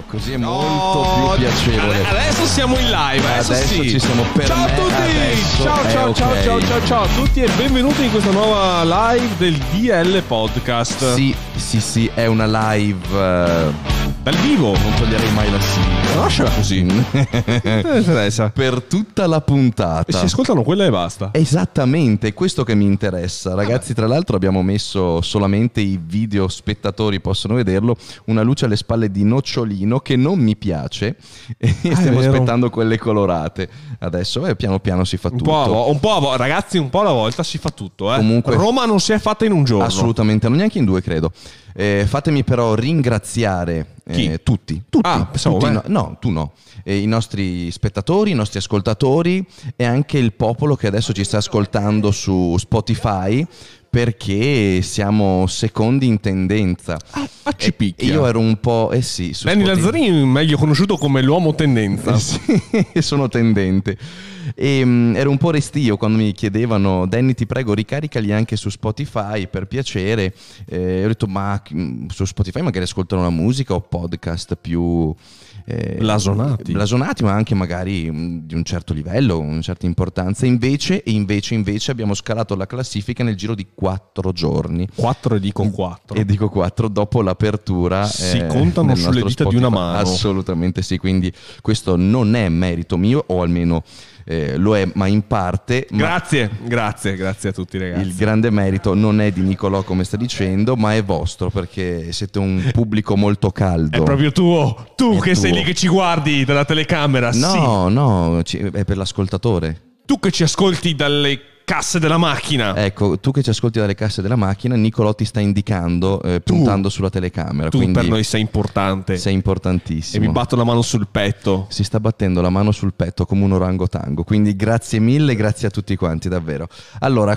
Così è molto più piacevole. Adesso siamo in live. Adesso sì. Ci siamo per ciao a tutti. Ciao a tutti e benvenuti in questa nuova live del DL Podcast. Sì, è una live dal vivo. Non toglierei mai la sigla. Lasciala così. Interessa. Per tutta la puntata. E si ascoltano quella e basta. Esattamente, è questo che mi interessa. Ragazzi, tra l'altro abbiamo messo solamente i video spettatori possono vederlo, una luce alle spalle di nocciolino che non mi piace e stiamo aspettando quelle colorate. Adesso piano piano si fa tutto. Ragazzi, un po' alla volta si fa tutto. Comunque, Roma non si è fatta in un giorno. Assolutamente, non neanche in due credo. Fatemi però ringraziare tutti. Pensavo tutti no, tu no. I nostri spettatori, i nostri ascoltatori e anche il popolo che adesso ci sta ascoltando su Spotify, perché siamo secondi in tendenza. Ci picchia. Io ero un po'... sì, su Danny Lazzarini, meglio conosciuto come l'uomo tendenza. Sì, sono tendente. E ero un po' restio quando mi chiedevano: Danny, ti prego, ricaricali anche su Spotify per piacere. Ho detto: ma su Spotify magari ascoltano la musica o podcast più blasonati, ma anche magari di un certo livello, una certa importanza. Invece abbiamo scalato la classifica nel giro di 4 giorni. 4 e dico 4. E dico 4 dopo l'apertura. Si contano sulle dita Spotify. Di una mano. Assolutamente sì, quindi questo non è merito mio, o almeno lo è, ma in parte. Grazie a tutti, ragazzi. Il grande merito non è di Nicolò, come sta dicendo, ma è vostro, perché siete un pubblico molto caldo. È proprio tuo. Sei lì che ci guardi dalla telecamera. No, è per l'ascoltatore. Tu che ci ascolti dalle casse della macchina. Ecco, tu che ci ascolti dalle casse della macchina, Nicolò ti sta indicando puntando sulla telecamera. Tu per noi sei importante. Sei importantissimo. E mi batto la mano sul petto. Si sta battendo la mano sul petto come un orangotango. Quindi grazie mille, grazie a tutti quanti, davvero. Allora,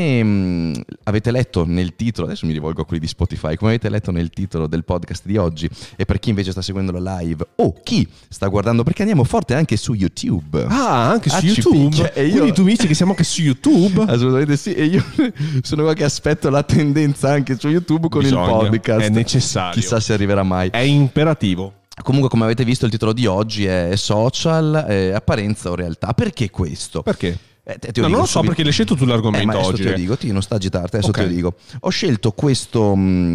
come avete letto nel titolo, adesso mi rivolgo a quelli di Spotify, come avete letto nel titolo del podcast di oggi, e per chi invece sta seguendo la live o chi sta guardando, perché andiamo forte anche su YouTube. Anche su YouTube. Quindi tu mi dici che siamo anche su YouTube? Assolutamente sì, e io sono qua che aspetto la tendenza anche su YouTube con il podcast. È necessario. Chissà se arriverà mai. È imperativo. Comunque, come avete visto, il titolo di oggi è social, apparenza o realtà. Perché questo? Perché? Non lo so, perché l'hai scelto tu l'argomento oggi. Te lo dico, non sta agitare, adesso te lo dico. Ho scelto questo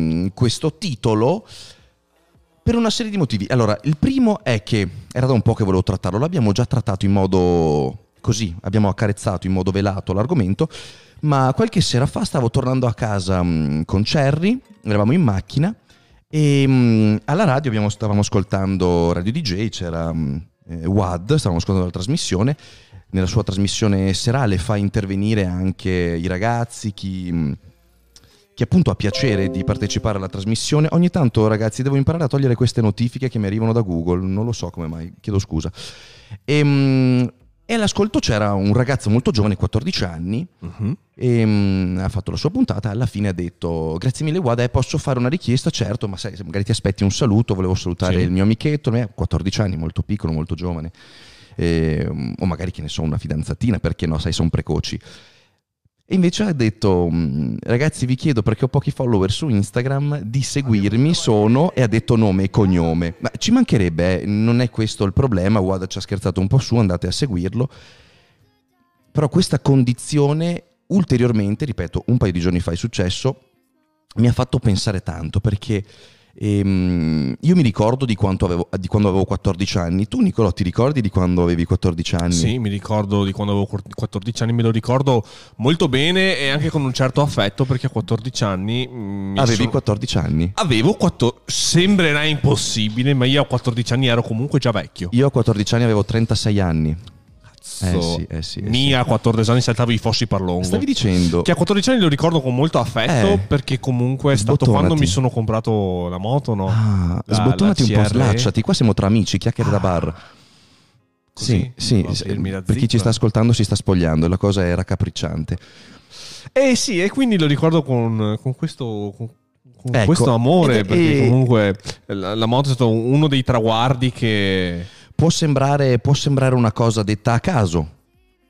titolo per una serie di motivi. Allora, il primo è che era da un po' che volevo trattarlo, l'abbiamo già trattato in modo così, abbiamo accarezzato in modo velato l'argomento, ma qualche sera fa stavo tornando a casa con Cherry, eravamo in macchina e alla radio stavamo ascoltando Radio DJ, c'era Wad, stavamo ascoltando la trasmissione. Nella sua trasmissione serale fa intervenire anche i ragazzi, chi appunto ha piacere di partecipare alla trasmissione. Ogni tanto, ragazzi, devo imparare a togliere queste notifiche che mi arrivano da Google, non lo so come mai, chiedo scusa. E all'ascolto c'era un ragazzo molto giovane, 14 anni, e ha fatto la sua puntata. Alla fine ha detto: grazie mille Wad, posso fare una richiesta? Certo, ma sai, magari ti aspetti un saluto, volevo salutare il mio amichetto, 14 anni, molto piccolo, molto giovane, o magari, che ne so, una fidanzatina, perché no, sai, sono precoci. E invece ha detto: ragazzi, vi chiedo, perché ho pochi follower su Instagram, di seguirmi, e ha detto nome e cognome. Ma ci mancherebbe, non è questo il problema. Wad ci ha scherzato un po' su, andate a seguirlo. Però questa condizione ulteriormente, ripeto, un paio di giorni fa è successo, mi ha fatto pensare tanto, perché io mi ricordo di quando avevo 14 anni. Tu, Nicolò, ti ricordi di quando avevi 14 anni? Sì, mi ricordo di quando avevo 14 anni, me lo ricordo molto bene e anche con un certo affetto, perché a 14 anni... Avevi 14 anni? Sembrerà impossibile, ma io a 14 anni ero comunque già vecchio. Io a 14 anni avevo 36 anni. Mia, a 14 anni saltavo i fossi per lungo. Stavi dicendo che a 14 anni lo ricordo con molto affetto, perché comunque è stato quando mi sono comprato la moto, no? Sbottonati un po', slacciati. Qua siamo tra amici, chiacchiere da bar. Così, sì, per chi ci sta ascoltando si sta spogliando, la cosa è raccapricciante. Sì, e quindi lo ricordo con questo... questo amore, perché comunque la moto è stato uno dei traguardi che... Può sembrare una cosa detta a caso,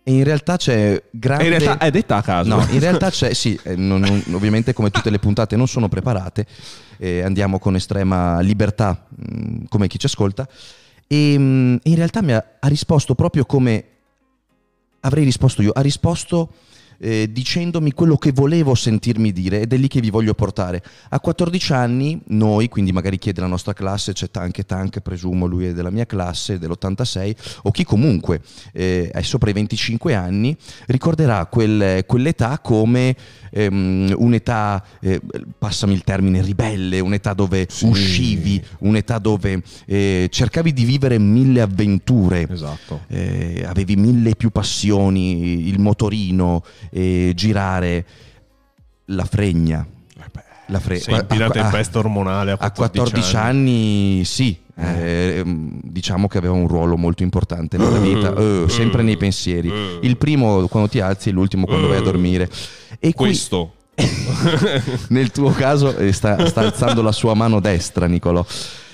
E in realtà c'è grande... In realtà è detta a caso. No, in realtà c'è... Sì, ovviamente come tutte le puntate non sono preparate, andiamo con estrema libertà, come chi ci ascolta, e in realtà ha risposto proprio come avrei risposto io. Ha risposto dicendomi quello che volevo sentirmi dire, ed è lì che vi voglio portare. A 14 anni noi, quindi magari chi è della nostra classe, c'è Tank, presumo lui è della mia classe, dell'86, o chi comunque è sopra i 25 anni, ricorderà quell'età come un'età, passami il termine, ribelle, un'età dove uscivi, un'età dove cercavi di vivere 1000 avventure, esatto. Avevi 1000 più passioni, il motorino, girare, la fregna. Sei in piena tempesta ormonale a 14 anni, sì. Diciamo che aveva un ruolo molto importante nella vita, sempre nei pensieri. Il primo quando ti alzi e l'ultimo quando vai a dormire. E questo nel tuo caso sta alzando la sua mano destra, Nicolò.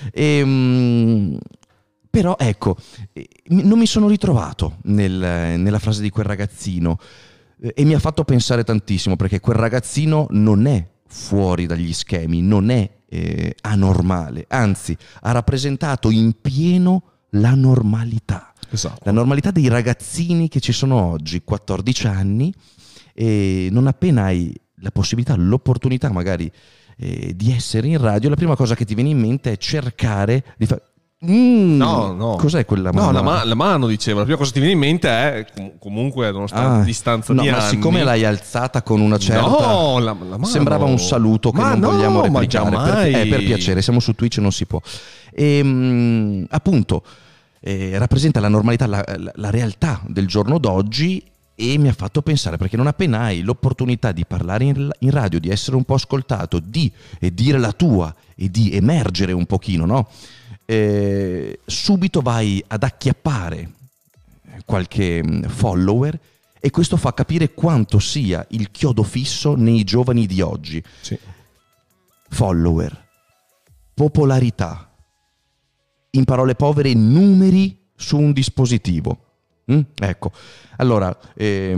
Però ecco, non mi sono ritrovato nella frase di quel ragazzino, e mi ha fatto pensare tantissimo, perché quel ragazzino non è fuori dagli schemi, non è anormale, anzi ha rappresentato in pieno la normalità. Esatto. La normalità dei ragazzini che ci sono oggi, 14 anni, e non appena hai la possibilità, l'opportunità magari di essere in radio, la prima cosa che ti viene in mente è cercare di fare... No. Cos'è quella mano? No, la mano, dicevo. La prima cosa che ti viene in mente è comunque nonostante distanza di anni. Ma siccome l'hai alzata con una certa... No, la mano... Sembrava un saluto che non vogliamo replicare. Per piacere, siamo su Twitch e non si può. Appunto, rappresenta la normalità, la realtà del giorno d'oggi, e mi ha fatto pensare, perché non appena hai l'opportunità di parlare in radio, di essere un po' ascoltato, di dire la tua e di emergere un pochino, no? Subito vai ad acchiappare qualche follower, e questo fa capire quanto sia il chiodo fisso nei giovani di oggi. Sì. Follower, popolarità, in parole povere, numeri su un dispositivo. Ecco, allora è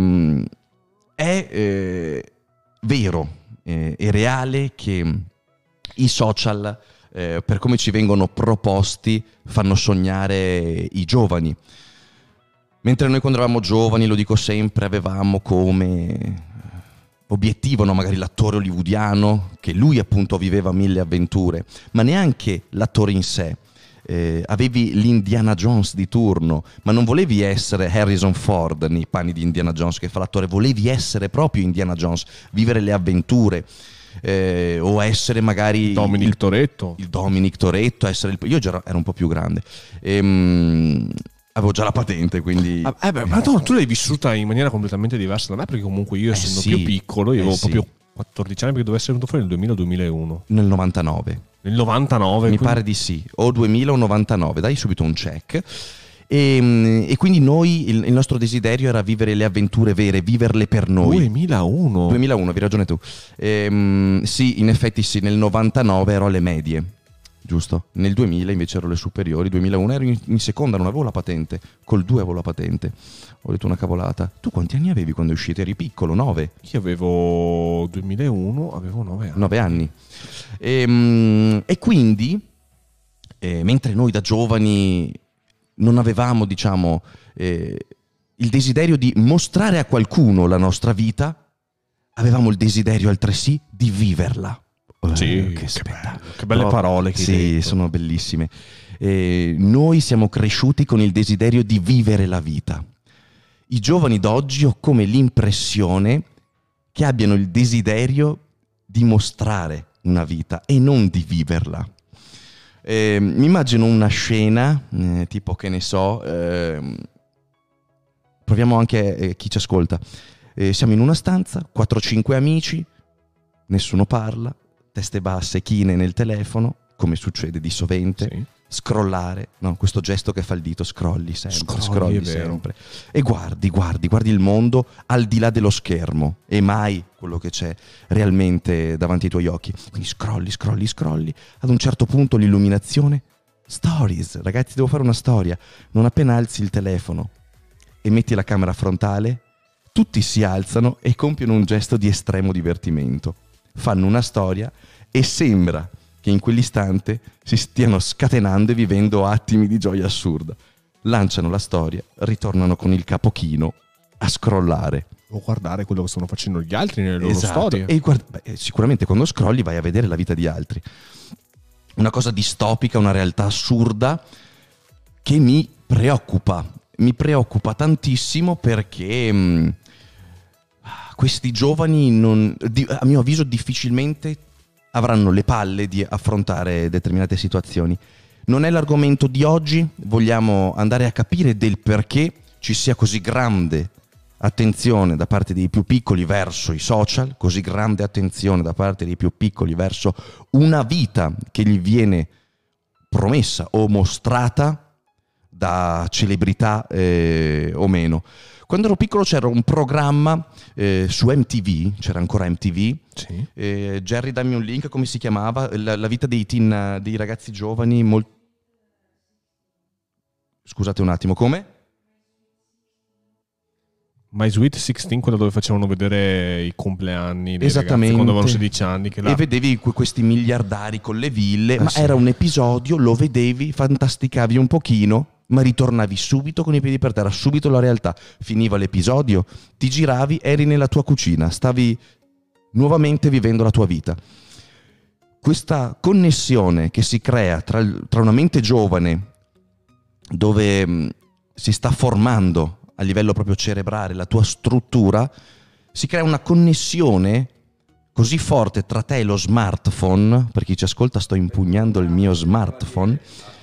vero, è reale che i social, per come ci vengono proposti, fanno sognare i giovani. Mentre noi quando eravamo giovani, lo dico sempre, avevamo come obiettivo, no, magari l'attore hollywoodiano, che lui appunto viveva 1000 avventure, ma neanche l'attore in sé. Avevi l'Indiana Jones di turno, ma non volevi essere Harrison Ford nei panni di Indiana Jones che fa l'attore, volevi essere proprio Indiana Jones, vivere le avventure. O essere magari Dominic Toretto, essere io già ero un po' più grande, avevo già la patente, quindi ma tu l'hai vissuta in maniera completamente diversa da me, perché comunque io essendo più piccolo, io avevo proprio 14 anni, perché doveva essere venuto fuori nel 2000-2001 nel 99 mi pare di sì, o 2000 o 99, dai subito un check. E quindi noi, il nostro desiderio era vivere le avventure vere, viverle per noi. 2001, avevi ragione tu. Sì, in effetti sì, nel 99 ero alle medie, giusto? Nel 2000 invece ero alle superiori, 2001 ero in seconda, non avevo la patente, col 2 avevo la patente. Ho detto una cavolata. Tu quanti anni avevi quando uscite? Eri piccolo, 9? Io avevo 2001, avevo 9 anni. 9 anni. E quindi, mentre noi da giovani non avevamo, diciamo, il desiderio di mostrare a qualcuno la nostra vita, avevamo il desiderio altresì di viverla. Sì, che belle parole che hai detto. Sono bellissime. Noi siamo cresciuti con il desiderio di vivere la vita. I giovani d'oggi ho come l'impressione che abbiano il desiderio di mostrare una vita e non di viverla. Mi immagino una scena, tipo, che ne so, proviamo anche chi ci ascolta. Siamo in una stanza, 4-5 amici, nessuno parla, teste basse, chine nel telefono, come succede di sovente, sì. Scrollare, no, questo gesto che fa il dito, scrolli sempre. E guardi il mondo al di là dello schermo e mai quello che c'è realmente davanti ai tuoi occhi. Quindi scrolli, ad un certo punto l'illuminazione, stories, ragazzi, devo fare una storia. Non appena alzi il telefono, e metti la camera frontale, tutti si alzano e compiono un gesto di estremo divertimento. Fanno una storia e sembra che in quell'istante si stiano scatenando e vivendo attimi di gioia assurda. Lanciano la storia, ritornano con il capo chino a scrollare. O guardare quello che stanno facendo gli altri nelle loro storie. E sicuramente quando scrolli vai a vedere la vita di altri. Una cosa distopica, una realtà assurda che mi preoccupa. Mi preoccupa tantissimo perché questi giovani, a mio avviso, difficilmente avranno le palle di affrontare determinate situazioni. Non è l'argomento di oggi, vogliamo andare a capire del perché ci sia così grande attenzione da parte dei più piccoli verso i social, così grande attenzione da parte dei più piccoli verso una vita che gli viene promessa o mostrata da celebrità o meno. Quando ero piccolo c'era un programma su MTV, c'era ancora MTV. Sì. Jerry, dammi un link, come si chiamava? La vita dei dei ragazzi giovani. Scusate un attimo, come? My Sweet 16, quello dove facevano vedere i compleanni dei Esattamente. ragazzi quando avevano 16 anni. E vedevi questi miliardari con le ville, ma sì. Era un episodio, lo vedevi, fantasticavi un pochino, ma ritornavi subito con i piedi per terra, subito la realtà. Finiva l'episodio, ti giravi, eri nella tua cucina, stavi nuovamente vivendo la tua vita. Questa connessione che si crea tra una mente giovane, dove si sta formando a livello proprio cerebrale la tua struttura, si crea una connessione così forte tra te e lo smartphone. Per chi ci ascolta, sto impugnando il mio smartphone,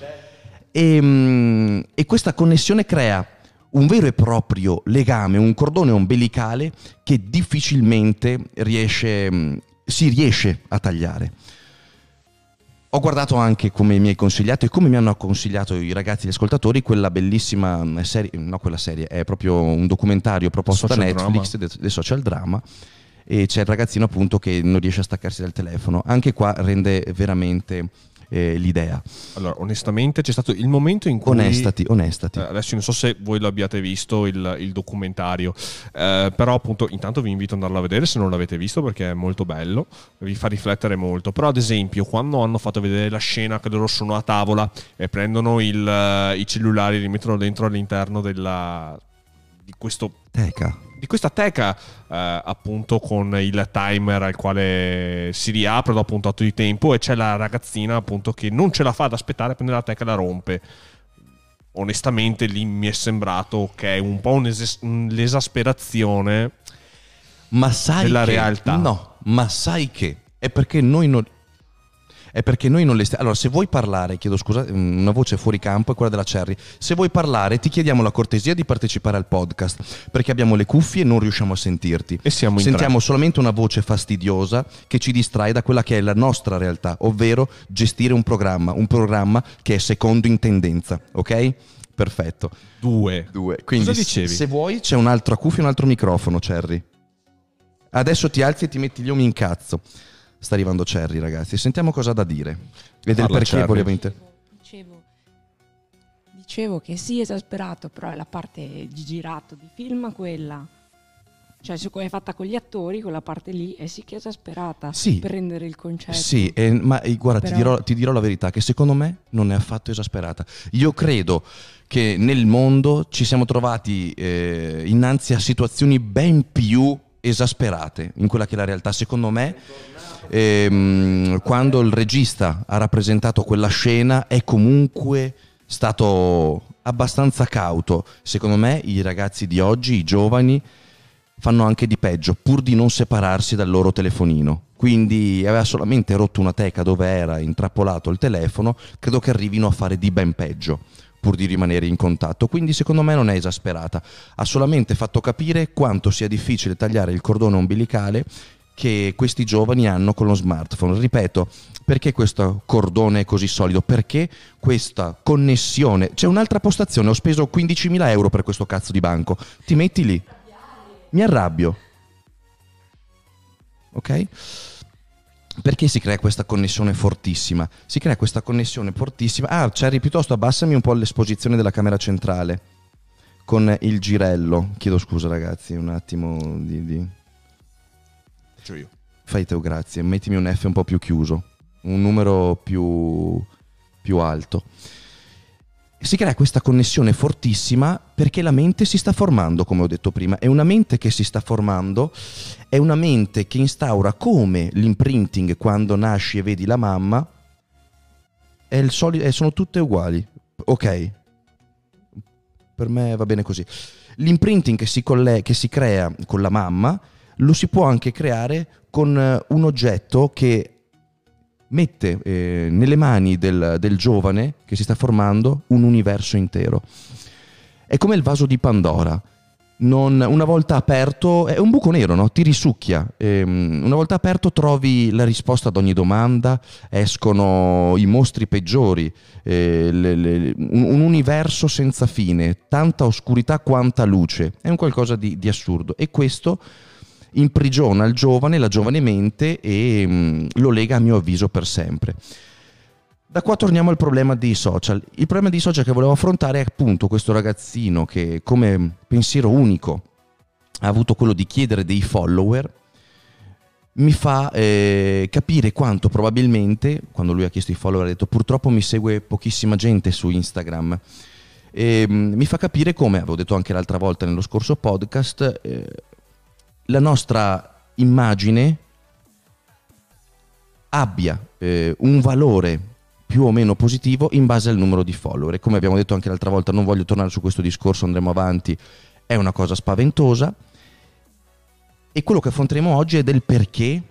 e questa connessione crea un vero e proprio legame, un cordone ombelicale che difficilmente si riesce a tagliare. Ho guardato anche, come mi hai consigliato e come mi hanno consigliato i ragazzi, gli ascoltatori, quella bellissima serie, no, quella serie, è proprio un documentario proposto da Netflix, del social drama, e c'è il ragazzino appunto che non riesce a staccarsi dal telefono. Anche qua rende veramente l'idea. Allora, onestamente c'è stato il momento in cui... Onestati. Adesso non so se voi l'abbiate visto il documentario, però appunto intanto vi invito ad andarlo a vedere se non l'avete visto, perché è molto bello, vi fa riflettere molto. Però ad esempio quando hanno fatto vedere la scena che loro sono a tavola e prendono i cellulari e li mettono dentro all'interno di questa teca appunto con il timer al quale si riapre dopo un tot di tempo, e c'è la ragazzina appunto che non ce la fa ad aspettare, prende la teca e la rompe. Onestamente lì mi è sembrato che è un po' l'esasperazione della realtà. No, ma sai che è perché noi non le stiamo... Allora, se vuoi parlare, chiedo scusa, una voce fuori campo è quella della Cherry. Se vuoi parlare, ti chiediamo la cortesia di partecipare al podcast, perché abbiamo le cuffie e non riusciamo a sentirti. E sentiamo solamente una voce fastidiosa che ci distrae da quella che è la nostra realtà, ovvero gestire un programma che è secondo in tendenza, ok? Perfetto. Due. Quindi, cosa dicevi? Se vuoi, c'è un'altra cuffia e un altro microfono, Cherry. Adesso ti alzi e ti metti gli omi in cazzo. Sta arrivando Cherry, ragazzi. Sentiamo cosa ha da dire. E del perché voleva Dicevo che sì, esasperato, però è la parte di girato di film quella. Cioè, su come è fatta con gli attori, quella parte lì è sì che è esasperata, sì, per rendere il concetto. Sì, ma guarda, però... ti dirò la verità, che secondo me non è affatto esasperata. Io credo che nel mondo ci siamo trovati innanzi a situazioni ben più esasperate in quella che è la realtà. Secondo me quando il regista ha rappresentato quella scena è comunque stato abbastanza cauto. Secondo me i ragazzi di oggi, i giovani, fanno anche di peggio pur di non separarsi dal loro telefonino. Quindi aveva solamente rotto una teca dove era intrappolato il telefono, credo che arrivino a fare di ben peggio pur di rimanere in contatto. Quindi secondo me non è esasperata, ha solamente fatto capire quanto sia difficile tagliare il cordone ombelicale che questi giovani hanno con lo smartphone. Ripeto, perché questo cordone è così solido? Perché questa connessione... C'è un'altra postazione, ho speso 15.000 euro per questo cazzo di banco, ti metti lì, mi arrabbio, ok? Perché si crea questa connessione fortissima? Si crea questa connessione fortissima... Cherry, piuttosto abbassami un po' l'esposizione della camera centrale, con il girello. Chiedo scusa ragazzi, un attimo di... Faccio io. Fai te, grazie. Mettimi un F un po' più chiuso, un numero più alto. Si crea questa connessione fortissima perché la mente si sta formando, come ho detto prima. È una mente che si sta formando, è una mente che instaura come l'imprinting quando nasci e vedi la mamma, sono tutte uguali. Ok, per me va bene così. L'imprinting che si crea con la mamma lo si può anche creare con un oggetto che mette nelle mani del giovane che si sta formando un universo intero. È come il vaso di Pandora. Una volta aperto, è un buco nero, no? Ti risucchia. Una volta aperto trovi la risposta ad ogni domanda, escono i mostri peggiori, un universo senza fine, tanta oscurità quanta luce. È un qualcosa di assurdo. E questo imprigiona il giovane, la giovane mente e lo lega a mio avviso per sempre. Da qua torniamo al problema dei social. Il problema dei social che volevo affrontare è appunto questo ragazzino che come pensiero unico ha avuto quello di chiedere dei follower. Mi fa capire quanto probabilmente, quando lui ha chiesto i follower, ha detto purtroppo mi segue pochissima gente su Instagram. Mi fa capire come, avevo detto anche l'altra volta nello scorso podcast, la nostra immagine abbia un valore più o meno positivo in base al numero di follower. E come abbiamo detto anche l'altra volta, non voglio tornare su questo discorso, andremo avanti, è una cosa spaventosa. E quello che affronteremo oggi è del perché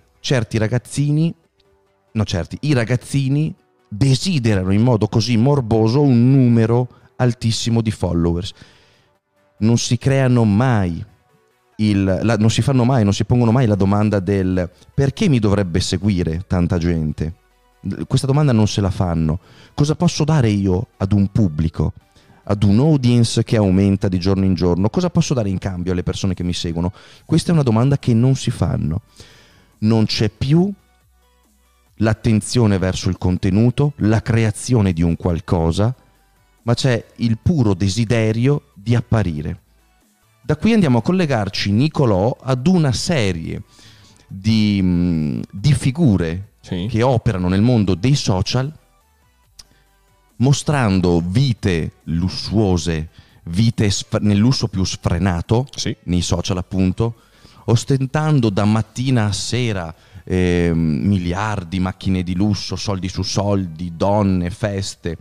i ragazzini desiderano in modo così morboso un numero altissimo di followers. Non si creano mai non si pongono mai la domanda del perché mi dovrebbe seguire tanta gente. Questa domanda non se la fanno. Cosa posso dare io ad un pubblico, ad un audience che aumenta di giorno in giorno? Cosa posso dare in cambio alle persone che mi seguono? Questa è una domanda che non si fanno. Non c'è più l'attenzione verso il contenuto, la creazione di un qualcosa, ma c'è il puro desiderio di apparire. Da qui andiamo a collegarci, Nicolò, ad una serie di figure che operano nel mondo dei social, mostrando vite lussuose, vite nel lusso più sfrenato, nei social appunto, ostentando da mattina a sera miliardi, macchine di lusso, soldi su soldi, donne, feste,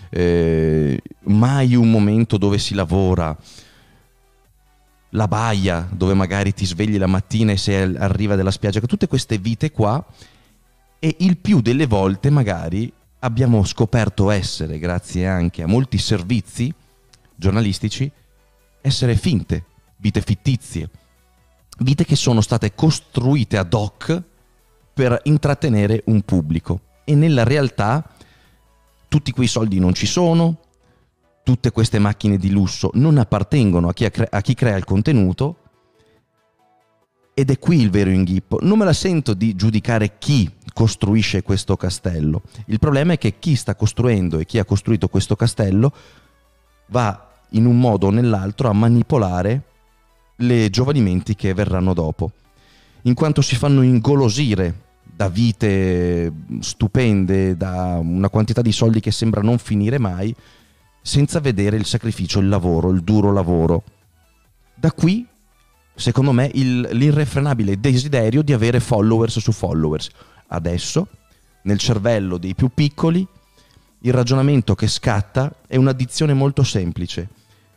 mai un momento dove si lavora, la baia dove magari ti svegli la mattina e sei a riva della spiaggia, tutte queste vite qua. E il più delle volte magari abbiamo scoperto essere, grazie anche a molti servizi giornalistici, essere finte, vite fittizie, vite che sono state costruite ad hoc per intrattenere un pubblico. E nella realtà tutti quei soldi non ci sono, tutte queste macchine di lusso non appartengono a chi crea il contenuto, ed è qui il vero inghippo. Non me la sento di giudicare chi costruisce questo castello. Il problema è che chi sta costruendo e chi ha costruito questo castello va in un modo o nell'altro a manipolare le giovani menti che verranno dopo, in quanto si fanno ingolosire da vite stupende, da una quantità di soldi che sembra non finire mai, senza vedere il sacrificio, il lavoro, il duro lavoro. Da qui, secondo me, l'irrefrenabile desiderio di avere followers su followers. Adesso, nel cervello dei più piccoli, il ragionamento che scatta è un'addizione molto semplice.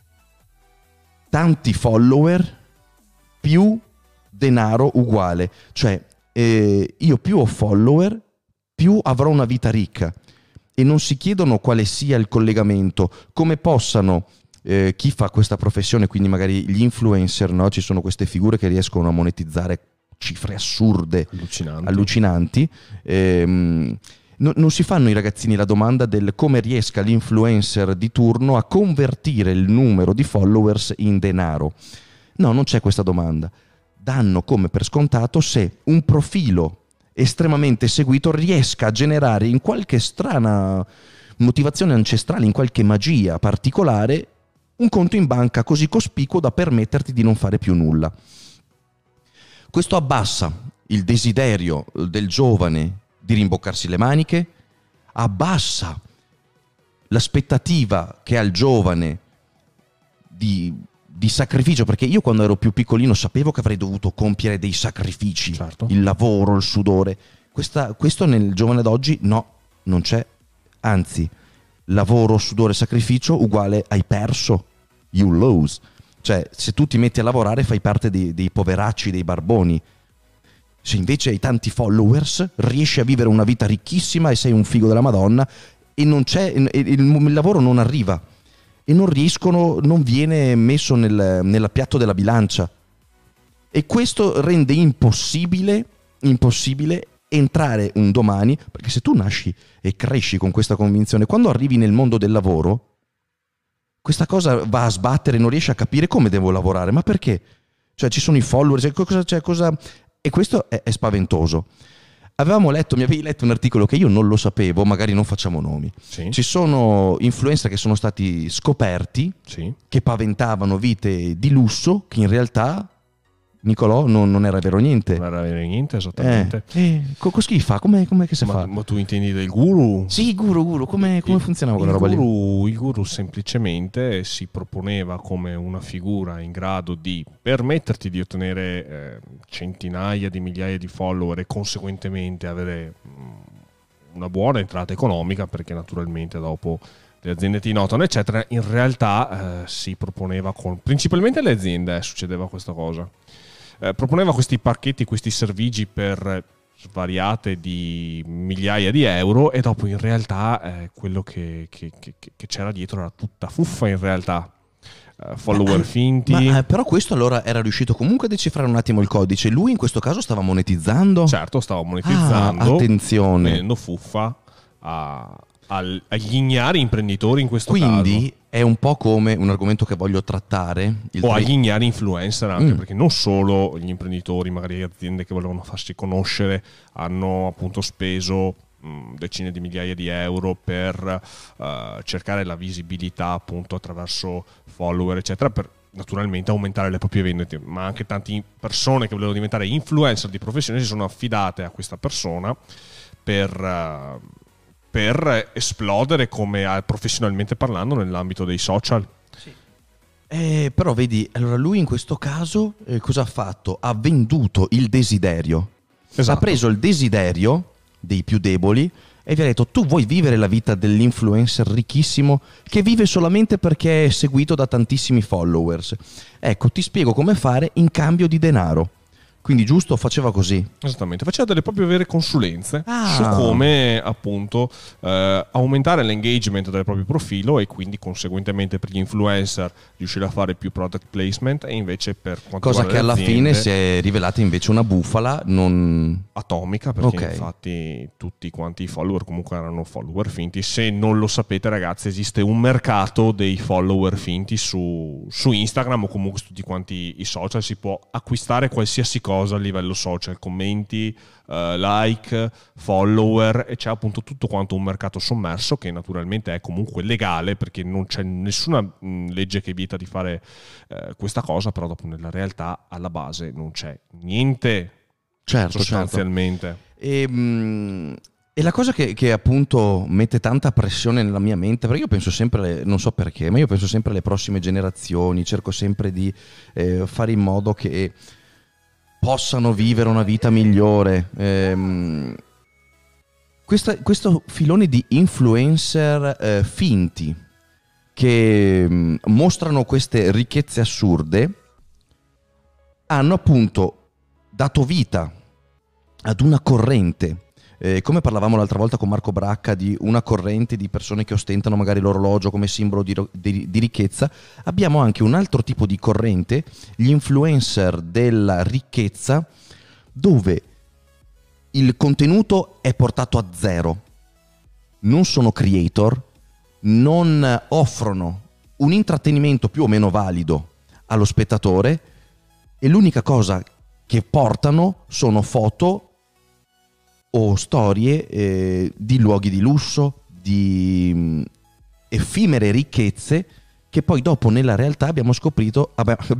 Tanti follower più denaro uguale. Cioè, io più ho follower, più avrò una vita ricca. E non si chiedono quale sia il collegamento, come possano chi fa questa professione, quindi magari gli influencer, no? Ci sono queste figure che riescono a monetizzare cifre assurde, allucinanti. Non si fanno i ragazzini la domanda del come riesca l'influencer di turno a convertire il numero di followers in denaro. No, non c'è questa domanda. Danno come per scontato se un profilo estremamente seguito riesca a generare in qualche strana motivazione ancestrale, in qualche magia particolare, un conto in banca così cospicuo da permetterti di non fare più nulla. Questo abbassa il desiderio del giovane di rimboccarsi le maniche, abbassa l'aspettativa che ha il giovane di sacrificio, perché io quando ero più piccolino sapevo che avrei dovuto compiere dei sacrifici, certo, il lavoro, il sudore. Questo nel giovane d'oggi no, non c'è, anzi, lavoro, sudore, sacrificio uguale hai perso, you lose. Cioè, se tu ti metti a lavorare fai parte dei poveracci, dei barboni. Se invece hai tanti followers, riesci a vivere una vita ricchissima e sei un figo della Madonna, e non c'è, il lavoro non arriva e non viene messo nel piatto della bilancia, e questo rende impossibile entrare un domani, perché se tu nasci e cresci con questa convinzione, quando arrivi nel mondo del lavoro questa cosa va a sbattere, non riesci a capire come devo lavorare, ma perché? Cioè ci sono i follower, cosa... E questo è spaventoso. Mi avevi letto un articolo che io non lo sapevo, magari non facciamo nomi. Sì. Ci sono influencer che sono stati scoperti, sì, che paventavano vite di lusso, che in realtà, Nicolò, non era vero niente. Non era vero niente, esattamente. Cosa fa? Com'è che si fa? Ma tu intendi del guru? Sì, guru, come funzionava quella roba lì? Il guru semplicemente si proponeva come una figura in grado di permetterti di ottenere centinaia di migliaia di follower e conseguentemente avere una buona entrata economica, perché naturalmente dopo le aziende ti notano, eccetera. In realtà si proponeva principalmente alle aziende succedeva questa cosa. Proponeva questi pacchetti, questi servigi per svariate di migliaia di euro, e dopo in realtà quello che c'era dietro era tutta fuffa in realtà. Follower finti. Però questo allora era riuscito comunque a decifrare un attimo il codice. Lui in questo caso stava monetizzando? Certo, stava monetizzando. Attenzione. Vendendo fuffa agli ignari imprenditori in questo caso. Quindi è un po' come un argomento che voglio trattare. Agli ignari influencer anche, perché non solo gli imprenditori, magari aziende che volevano farsi conoscere, hanno appunto speso decine di migliaia di euro per cercare la visibilità appunto attraverso follower eccetera, per naturalmente aumentare le proprie vendite, ma anche tante persone che volevano diventare influencer di professione si sono affidate a questa persona per esplodere come professionalmente parlando nell'ambito dei social. Sì. Però vedi, allora lui in questo caso cosa ha fatto? Ha venduto il desiderio. Esatto. Ha preso il desiderio dei più deboli e vi ha detto: tu vuoi vivere la vita dell'influencer ricchissimo che vive solamente perché è seguito da tantissimi followers. Ecco, ti spiego come fare in cambio di denaro. Quindi giusto, faceva così. Esattamente, faceva delle proprie vere consulenze su come appunto aumentare l'engagement del proprio profilo e quindi conseguentemente per gli influencer riuscire a fare più product placement, e invece per quanto cosa che alla fine si è rivelata invece una bufala non atomica, perché infatti tutti quanti i follower comunque erano follower finti. Se non lo sapete ragazzi, esiste un mercato dei follower finti su Instagram o comunque su tutti quanti i social. Si può acquistare qualsiasi cosa a livello social, commenti, like, follower, e c'è appunto tutto quanto un mercato sommerso che naturalmente è comunque legale, perché non c'è nessuna legge che vieta di fare questa cosa, però dopo nella realtà alla base non c'è niente, sostanzialmente. Certo. E la cosa che appunto mette tanta pressione nella mia mente, perché io penso sempre, non so perché, ma io penso sempre alle prossime generazioni, cerco sempre di fare in modo che possano vivere una vita migliore. Questo filone di influencer finti che mostrano queste ricchezze assurde hanno appunto dato vita ad una corrente. Come parlavamo l'altra volta con Marco Bracca di una corrente di persone che ostentano magari l'orologio come simbolo di ricchezza, abbiamo anche un altro tipo di corrente, gli influencer della ricchezza, dove il contenuto è portato a zero, non sono creator, non offrono un intrattenimento più o meno valido allo spettatore, e l'unica cosa che portano sono foto o storie di luoghi di lusso, di effimere ricchezze che poi dopo nella realtà abbiamo scoperto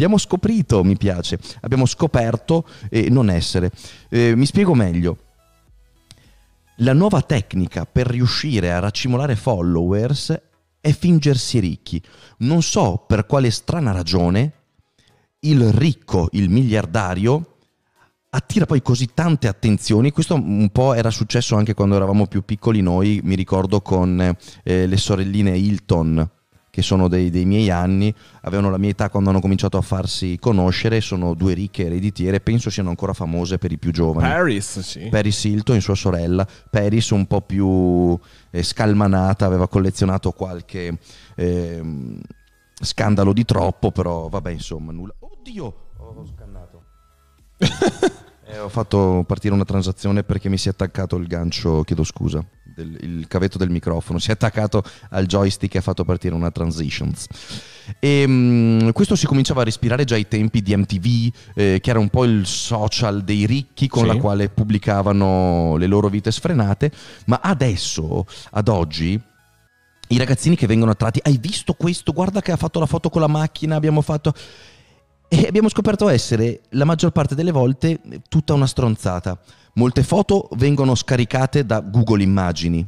non essere. Mi spiego meglio. La nuova tecnica per riuscire a raccimolare followers è fingersi ricchi. Non so per quale strana ragione il ricco, il miliardario, attira poi così tante attenzioni. Questo un po' era successo anche quando eravamo più piccoli noi, mi ricordo con le sorelline Hilton, che sono dei miei anni, avevano la mia età quando hanno cominciato a farsi conoscere, sono due ricche ereditiere, penso siano ancora famose per i più giovani. Paris Hilton e sua sorella. Paris un po' più scalmanata, aveva collezionato qualche scandalo di troppo, però vabbè, insomma, nulla. Oddio, ho scannato. Ho fatto partire una transazione perché mi si è attaccato il gancio, chiedo scusa, il cavetto del microfono si è attaccato al joystick e ha fatto partire una transitions. E questo si cominciava a respirare già ai tempi di MTV, che era un po' il social dei ricchi con la quale pubblicavano le loro vite sfrenate. Ma adesso, ad oggi, i ragazzini che vengono attratti, hai visto questo? Guarda che ha fatto la foto con la macchina, abbiamo fatto... E abbiamo scoperto essere, la maggior parte delle volte, tutta una stronzata. Molte foto vengono scaricate da Google Immagini.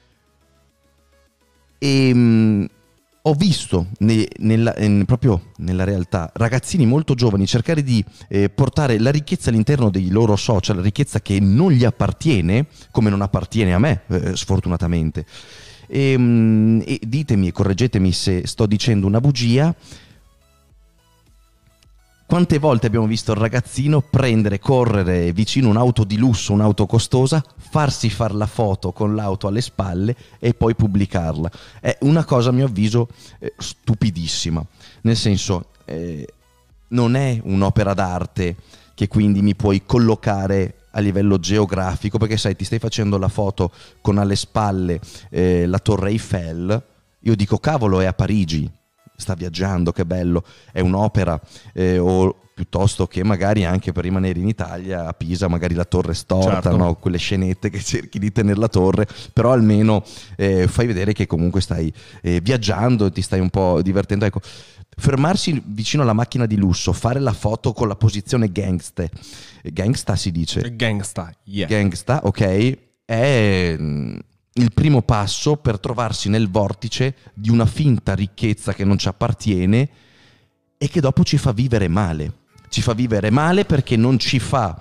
E ho visto proprio nella realtà ragazzini molto giovani cercare di portare la ricchezza all'interno dei loro social, ricchezza che non gli appartiene, come non appartiene a me, sfortunatamente. E ditemi e correggetemi se sto dicendo una bugia. Quante volte abbiamo visto il ragazzino correre vicino a un'auto di lusso, un'auto costosa, farsi far la foto con l'auto alle spalle e poi pubblicarla? È una cosa, a mio avviso, stupidissima. Nel senso, non è un'opera d'arte che quindi mi puoi collocare a livello geografico, perché sai, ti stai facendo la foto con alle spalle la Torre Eiffel, io dico cavolo, è a Parigi, sta viaggiando, che bello, è un'opera, o piuttosto che magari anche per rimanere in Italia a Pisa magari la torre storta, certo, no? Quelle scenette che cerchi di tenere la torre, però almeno fai vedere che comunque stai viaggiando, ti stai un po' divertendo. Ecco, fermarsi vicino alla macchina di lusso, fare la foto con la posizione gangsta si dice? Gangsta, ok, è il primo passo per trovarsi nel vortice di una finta ricchezza che non ci appartiene e che dopo ci fa vivere male. Ci fa vivere male perché non ci fa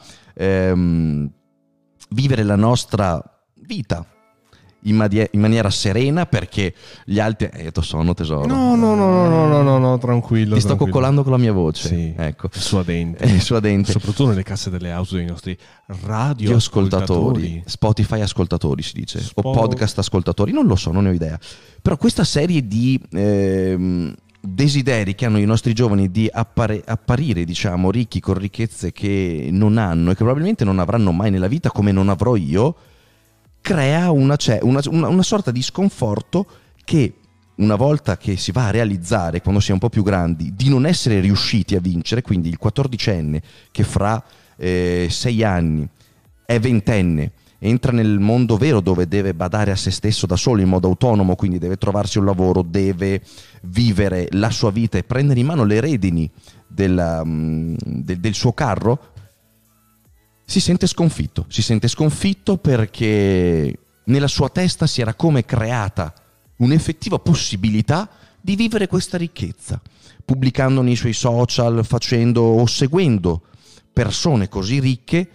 vivere la nostra vita in maniera serena, perché gli altri... sono tesoro. No, tranquillo. Ti sto coccolando con la mia voce. Sì, ecco. Il suo dente. Soprattutto nelle casse delle auto dei nostri radioascoltatori. Spotify ascoltatori si dice. O podcast ascoltatori, non lo so, non ne ho idea. Però questa serie di desideri che hanno i nostri giovani di apparire, diciamo, ricchi con ricchezze che non hanno e che probabilmente non avranno mai nella vita, come non avrò io, crea una sorta di sconforto che, una volta che si va a realizzare, quando si è un po' più grandi, di non essere riusciti a vincere, quindi il 14enne che fra 6 anni è 20enne, entra nel mondo vero dove deve badare a se stesso da solo in modo autonomo, quindi deve trovarsi un lavoro, deve vivere la sua vita e prendere in mano le redini del suo carro, si sente sconfitto perché nella sua testa si era come creata un'effettiva possibilità di vivere questa ricchezza, pubblicando nei suoi social, facendo o seguendo persone così ricche.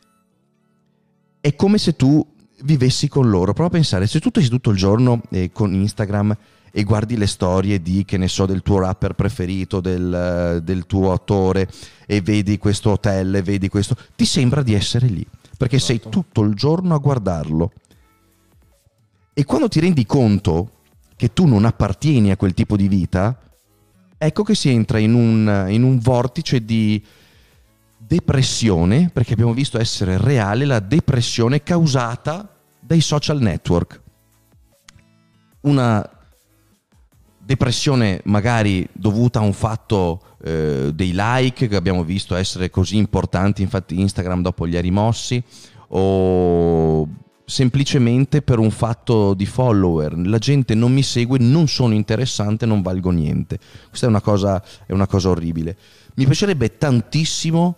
È come se tu vivessi con loro. Prova a pensare, se tu sei tutto il giorno con Instagram e guardi le storie di, che ne so, del tuo rapper preferito, del tuo attore, e vedi questo hotel e vedi questo, ti sembra di essere lì, perché sei tutto il giorno a guardarlo. E quando ti rendi conto che tu non appartieni a quel tipo di vita, ecco che si entra in un vortice di depressione, perché abbiamo visto essere reale la depressione causata dai social network. Una depressione magari dovuta a un fatto dei like che abbiamo visto essere così importanti, infatti Instagram dopo li ha rimossi, o semplicemente per un fatto di follower. La gente non mi segue, non sono interessante, non valgo niente. Questa è una cosa orribile. Mi piacerebbe tantissimo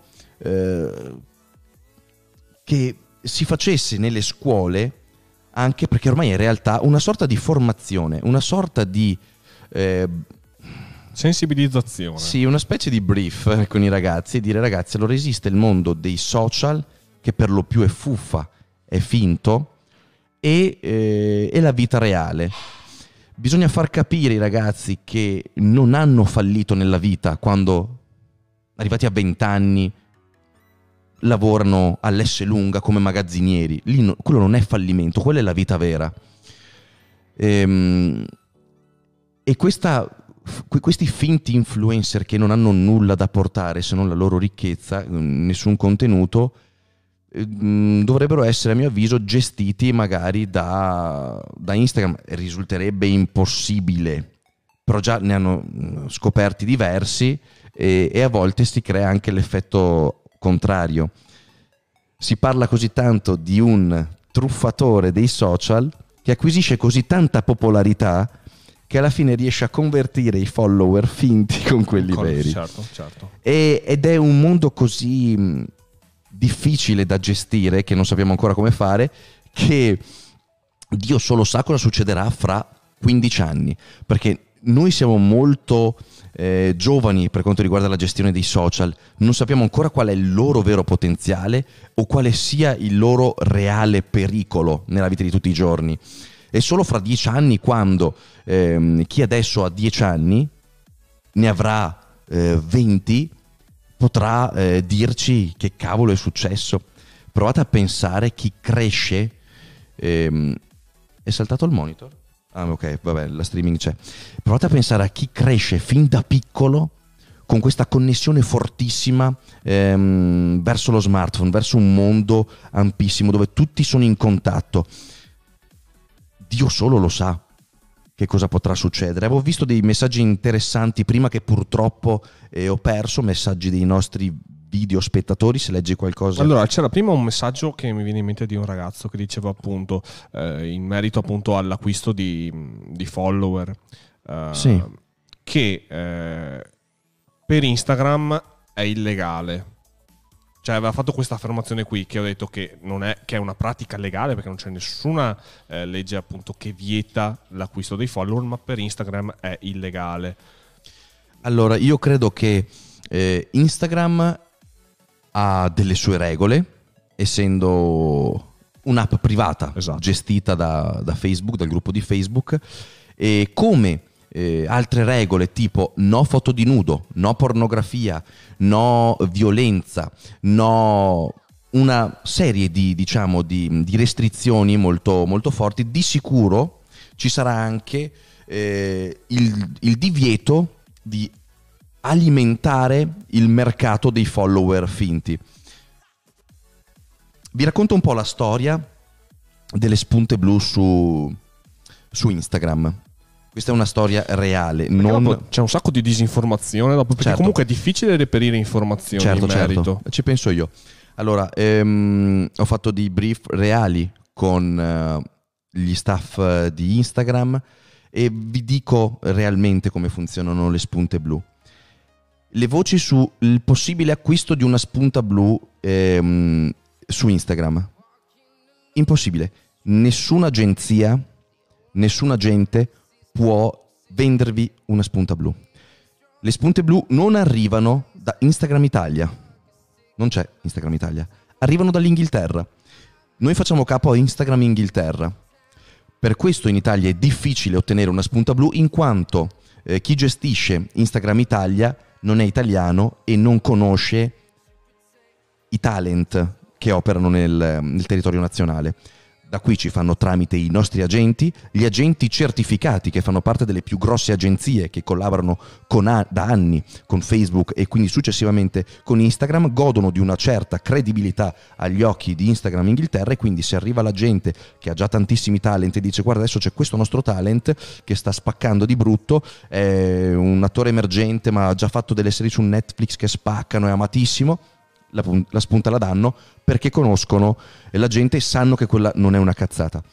che si facesse nelle scuole, anche perché ormai è in realtà una sorta di formazione, una sorta di sensibilizzazione. Sì, una specie di brief con i ragazzi e dire: ragazzi, allora esiste il mondo dei social, che per lo più è fuffa, è finto, e la vita reale. Bisogna far capire ai ragazzi che non hanno fallito nella vita quando, arrivati a 20 anni, lavorano all'Esselunga come magazzinieri. Quello non è fallimento, quella è la vita vera. E questi finti influencer che non hanno nulla da portare se non la loro ricchezza, nessun contenuto, dovrebbero essere, a mio avviso, gestiti magari da Instagram. Risulterebbe impossibile, però già ne hanno scoperti diversi, e a volte si crea anche l'effetto contrario. Si parla così tanto di un truffatore dei social che acquisisce così tanta popolarità che alla fine riesce a convertire i follower finti con quelli veri. Certo. Ed è un mondo così difficile da gestire, che non sappiamo ancora come fare, che Dio solo sa cosa succederà fra 15 anni, perché noi siamo molto giovani per quanto riguarda la gestione dei social, non sappiamo ancora qual è il loro vero potenziale o quale sia il loro reale pericolo nella vita di tutti i giorni. E solo fra 10 anni, quando chi adesso ha 10 anni ne avrà 20, potrà dirci che cavolo è successo. Provate a pensare chi cresce. È saltato il monitor? Ah, ok, vabbè, la streaming c'è. Provate a pensare a chi cresce fin da piccolo con questa connessione fortissima verso lo smartphone, verso un mondo ampissimo dove tutti sono in contatto. Dio solo lo sa che cosa potrà succedere. Avevo visto dei messaggi interessanti prima, che purtroppo ho perso, messaggi dei nostri video spettatori. Se leggi qualcosa. Allora, c'era prima un messaggio che mi viene in mente di un ragazzo che diceva appunto in merito appunto all'acquisto di follower, sì, che per Instagram è illegale. Cioè aveva fatto questa affermazione qui, che ho detto che non è, che è una pratica legale, perché non c'è nessuna legge appunto che vieta l'acquisto dei follower, ma per Instagram è illegale. Allora, io credo che Instagram ha delle sue regole, essendo un'app privata, esatto, gestita da Facebook, dal gruppo di Facebook, e come altre regole tipo no foto di nudo, no pornografia, no violenza, no una serie di restrizioni molto, molto forti. Di sicuro ci sarà anche il divieto di alimentare il mercato dei follower finti. Vi racconto un po' la storia delle spunte blu su Instagram. Questa è una storia reale. C'è un sacco di disinformazione dopo, perché comunque è difficile reperire informazioni in merito. Certo, ci penso io. Allora, ho fatto dei brief reali con gli staff di Instagram e vi dico realmente come funzionano le spunte blu. Le voci sul possibile acquisto di una spunta blu su Instagram. Impossibile. Nessuna agenzia, nessuna agente può vendervi una spunta blu. Le spunte blu non arrivano da Instagram Italia. Non c'è Instagram Italia. Arrivano dall'Inghilterra. Noi facciamo capo a Instagram Inghilterra. Per questo in Italia è difficile ottenere una spunta blu, in quanto chi gestisce Instagram Italia non è italiano e non conosce i talent che operano nel territorio nazionale. Da qui ci fanno tramite i nostri agenti, gli agenti certificati che fanno parte delle più grosse agenzie che collaborano da anni con Facebook e quindi successivamente con Instagram, godono di una certa credibilità agli occhi di Instagram Inghilterra, e quindi se arriva la gente che ha già tantissimi talent e dice guarda adesso c'è questo nostro talent che sta spaccando di brutto, è un attore emergente ma ha già fatto delle serie su Netflix che spaccano, è amatissimo, la spunta la danno perché conoscono la gente e sanno che quella non è una cazzata.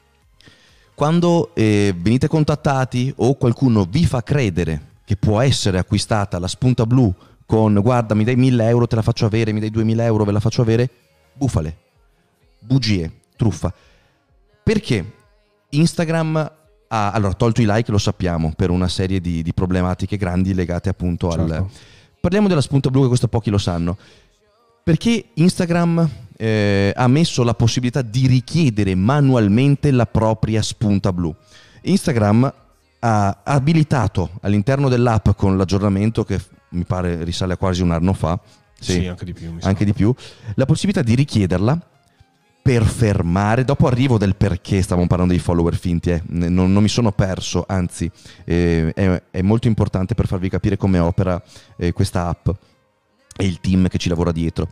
Quando venite contattati o qualcuno vi fa credere che può essere acquistata la spunta blu con guarda mi dai 1.000 euro te la faccio avere, mi dai 2.000 euro ve la faccio avere, bufale, bugie, truffa. Perché Instagram ha, allora, tolto i like, lo sappiamo, per una serie di problematiche grandi legate appunto al... Parliamo della spunta blu, che questo pochi lo sanno. Perché Instagram ha messo la possibilità di richiedere manualmente la propria spunta blu. Instagram ha abilitato all'interno dell'app, con l'aggiornamento che mi pare risale a quasi un anno fa, sì, anche di più, anche di più, la possibilità di richiederla per fermare, dopo arrivo del perché stavamo parlando dei follower finti, non mi sono perso, anzi è molto importante per farvi capire come opera questa app e il team che ci lavora dietro.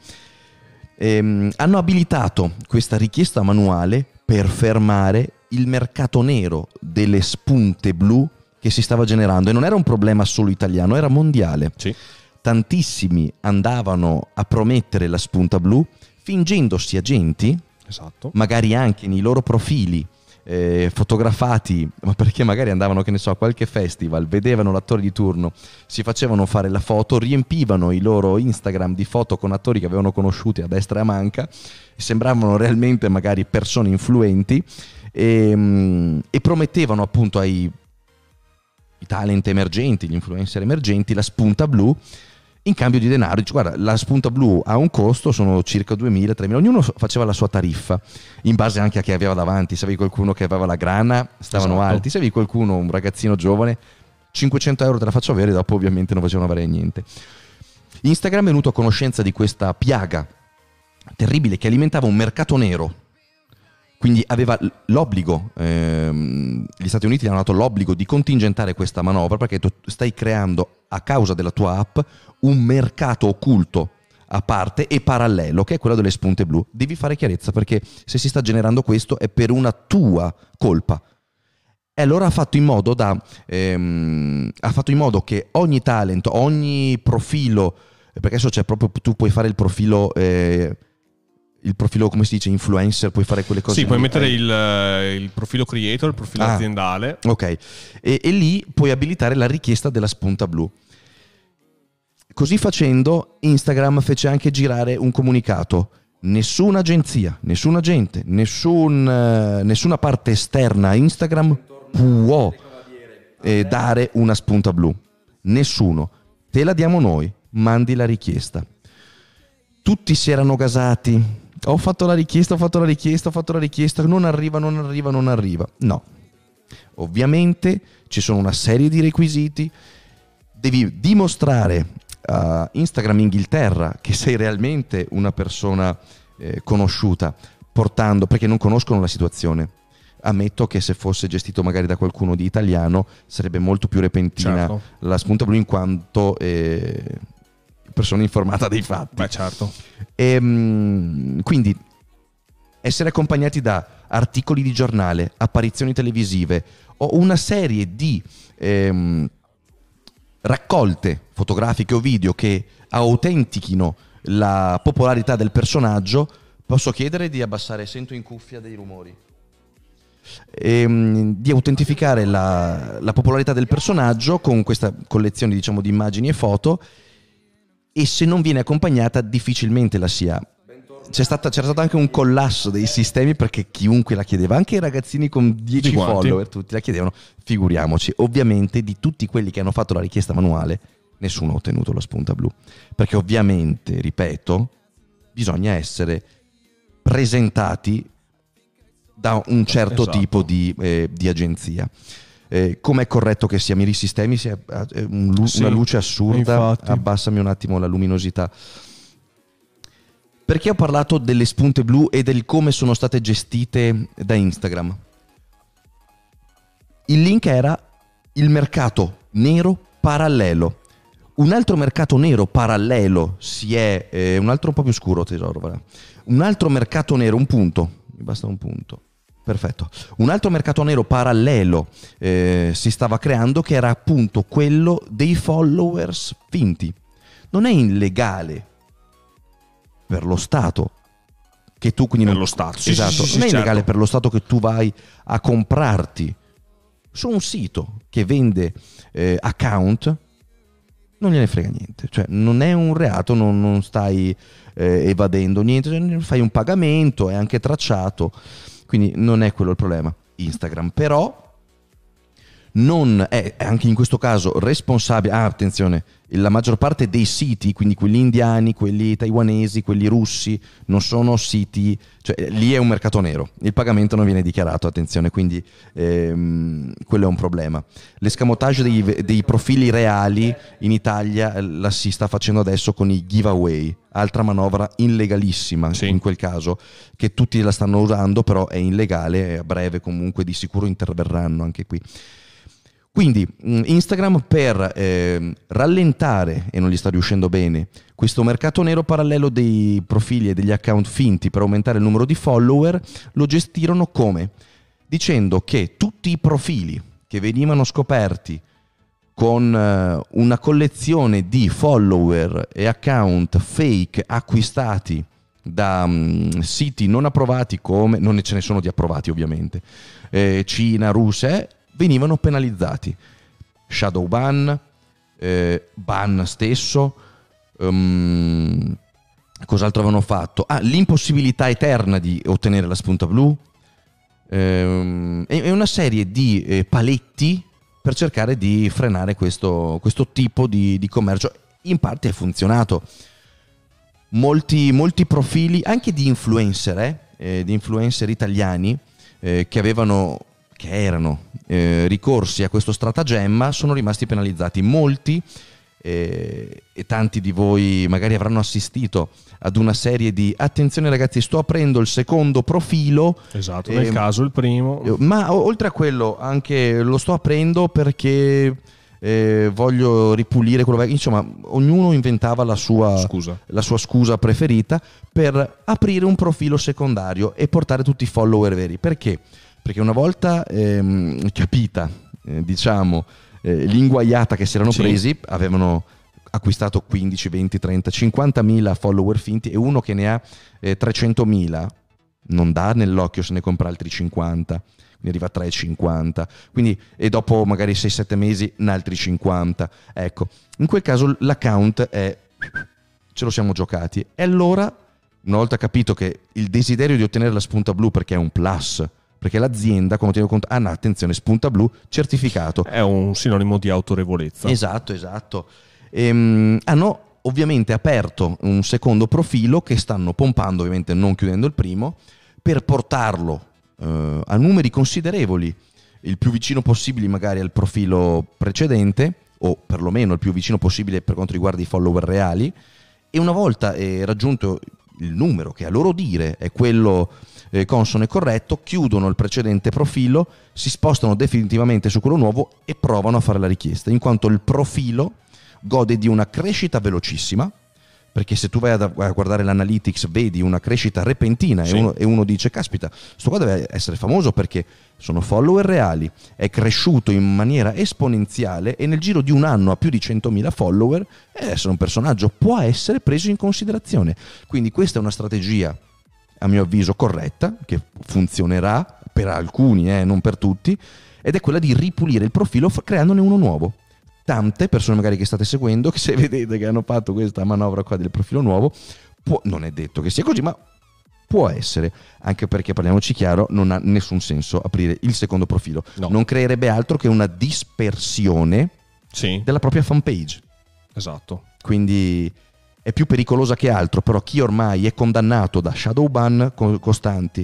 Hanno abilitato questa richiesta manuale per fermare il mercato nero delle spunte blu che si stava generando, e non era un problema solo italiano, era mondiale. Sì. Tantissimi andavano a promettere la spunta blu fingendosi agenti, esatto, magari anche nei loro profili fotografati, ma perché magari andavano, che ne so, a qualche festival, vedevano l'attore di turno, si facevano fare la foto, riempivano i loro Instagram di foto con attori che avevano conosciuti a destra e a manca, e sembravano realmente magari persone influenti, e promettevano appunto ai talent emergenti, gli influencer emergenti, la spunta blu in cambio di denaro. Dice, guarda, la spunta blu ha un costo, sono circa 2.000, 3.000, ognuno faceva la sua tariffa in base anche a chi aveva davanti. Se avevi qualcuno che aveva la grana, stavano esatto, alti. Se avevi qualcuno, un ragazzino giovane, 500 euro te la faccio avere, dopo ovviamente non facevano avere niente. Instagram è venuto a conoscenza di questa piaga terribile che alimentava un mercato nero, quindi aveva l'obbligo, gli Stati Uniti hanno dato l'obbligo di contingentare questa manovra, perché tu stai creando, a causa della tua app, un mercato occulto a parte e parallelo, che è quello delle spunte blu. Devi fare chiarezza, perché se si sta generando questo è per una tua colpa. E allora ha fatto in modo che ogni talent, ogni profilo, perché adesso c'è proprio, tu puoi fare il profilo, come si dice, influencer, puoi fare quelle cose. Sì, puoi mettere il profilo creator, il profilo aziendale. Ok, e lì puoi abilitare la richiesta della spunta blu. Così facendo, Instagram fece anche girare un comunicato: nessuna agenzia, nessun agente, nessuna parte esterna a Instagram può dare una spunta blu. Nessuno. Te la diamo noi, mandi la richiesta. Tutti si erano gasati. Ho fatto la richiesta, non arriva. No. Ovviamente ci sono una serie di requisiti. Devi dimostrare a Instagram Inghilterra che sei realmente una persona conosciuta, perché non conoscono la situazione. Ammetto che se fosse gestito magari da qualcuno di italiano sarebbe molto più repentina, certo, la spunta blu, in quanto persona informata dei fatti. Beh, certo. Quindi essere accompagnati da articoli di giornale, apparizioni televisive o una serie di raccolte fotografiche o video che autentichino la popolarità del personaggio. Posso chiedere di abbassare, sento in cuffia dei rumori, di autentificare la popolarità del personaggio con questa collezione, diciamo, di immagini e foto, e se non viene accompagnata difficilmente la si ha. C'era stato anche un collasso dei sistemi, perché chiunque la chiedeva, anche i ragazzini con 10 follower, tutti la chiedevano. Figuriamoci, ovviamente di tutti quelli che hanno fatto la richiesta manuale nessuno ha ottenuto la spunta blu, perché ovviamente, ripeto, bisogna essere presentati da un certo, esatto, tipo di agenzia. Come è corretto che sia, Miri Sistemi, sia una luce assurda, infatti. Abbassami un attimo la luminosità. Perché ho parlato delle spunte blu e del come sono state gestite da Instagram? Il link era il mercato nero parallelo. Un altro mercato nero parallelo un altro un po' più scuro, tesoro, guarda. Un altro mercato nero, un punto, mi basta un punto. Perfetto. Un altro mercato nero parallelo si stava creando, che era appunto quello dei followers finti. Non è illegale per lo Stato che tu quindi per lo Stato. Sì, esatto, sì, non è illegale certo. per lo Stato che tu vai a comprarti su un sito che vende account, non gliene frega niente, cioè non è un reato, non stai evadendo niente, fai un pagamento, è anche tracciato, quindi non è quello il problema. Instagram però non è anche in questo caso responsabile. Attenzione, la maggior parte dei siti, quindi quelli indiani, quelli taiwanesi, quelli russi, non sono siti, cioè lì è un mercato nero, il pagamento non viene dichiarato, attenzione, quindi quello è un problema. L'escamotage dei profili reali in Italia la si sta facendo adesso con i giveaway, altra manovra illegalissima, Sì. in quel caso, che tutti la stanno usando, però è illegale e a breve comunque di sicuro interverranno anche qui. Quindi Instagram per rallentare, e non gli sta riuscendo bene, questo mercato nero parallelo dei profili e degli account finti per aumentare il numero di follower, lo gestirono come? Dicendo che tutti i profili che venivano scoperti con una collezione di follower e account fake acquistati da siti non approvati, come non ce ne sono di approvati ovviamente, Cina, Russia, venivano penalizzati. Shadow ban, ban stesso, cos'altro avevano fatto? L'impossibilità eterna di ottenere la spunta blu, e una serie di paletti per cercare di frenare questo tipo di commercio. In parte è funzionato. Molti profili anche di influencer italiani che erano ricorsi a questo stratagemma sono rimasti penalizzati. Molti e tanti di voi magari avranno assistito ad una serie di attenzione ragazzi, sto aprendo il secondo profilo, esatto, nel caso il primo, ma oltre a quello anche lo sto aprendo perché voglio ripulire quello vecchio. Insomma, ognuno inventava la sua scusa preferita per aprire un profilo secondario e portare tutti i follower veri. Perché una volta capita l'inguaiata che si erano presi, avevano acquistato 15, 20, 30, 50.000 follower finti, e uno che ne ha 300.000 non dà nell'occhio se ne compra altri 50, quindi arriva a 3,50, quindi, e dopo magari 6-7 mesi un altri 50. Ecco, in quel caso l'account ce lo siamo giocati. E allora, una volta capito che il desiderio di ottenere la spunta blu, perché è un plus, perché l'azienda, quando tiene conto, attenzione, spunta blu, certificato, è un sinonimo di autorevolezza. Esatto. Hanno ovviamente aperto un secondo profilo che stanno pompando, ovviamente non chiudendo il primo, per portarlo a numeri considerevoli, il più vicino possibile magari al profilo precedente, o perlomeno il più vicino possibile per quanto riguarda i follower reali. E una volta raggiunto il numero che a loro dire è quello consono e corretto, chiudono il precedente profilo, si spostano definitivamente su quello nuovo e provano a fare la richiesta, in quanto il profilo gode di una crescita velocissima, perché se tu vai a guardare l'analytics vedi una crescita repentina, sì. e uno dice caspita, sto qua deve essere famoso perché sono follower reali, è cresciuto in maniera esponenziale e nel giro di un anno ha più di 100.000 follower e essere un personaggio, può essere preso in considerazione. Quindi questa è una strategia a mio avviso corretta, che funzionerà per alcuni, non per tutti, ed è quella di ripulire il profilo creandone uno nuovo. Tante persone magari che state seguendo, che se vedete che hanno fatto questa manovra qua del profilo nuovo, non è detto che sia così, ma può essere, anche perché, parliamoci chiaro, non ha nessun senso aprire il secondo profilo, no. Non creerebbe altro che una dispersione della propria fanpage. Esatto. Quindi è più pericolosa che altro, però chi ormai è condannato da shadow ban costanti,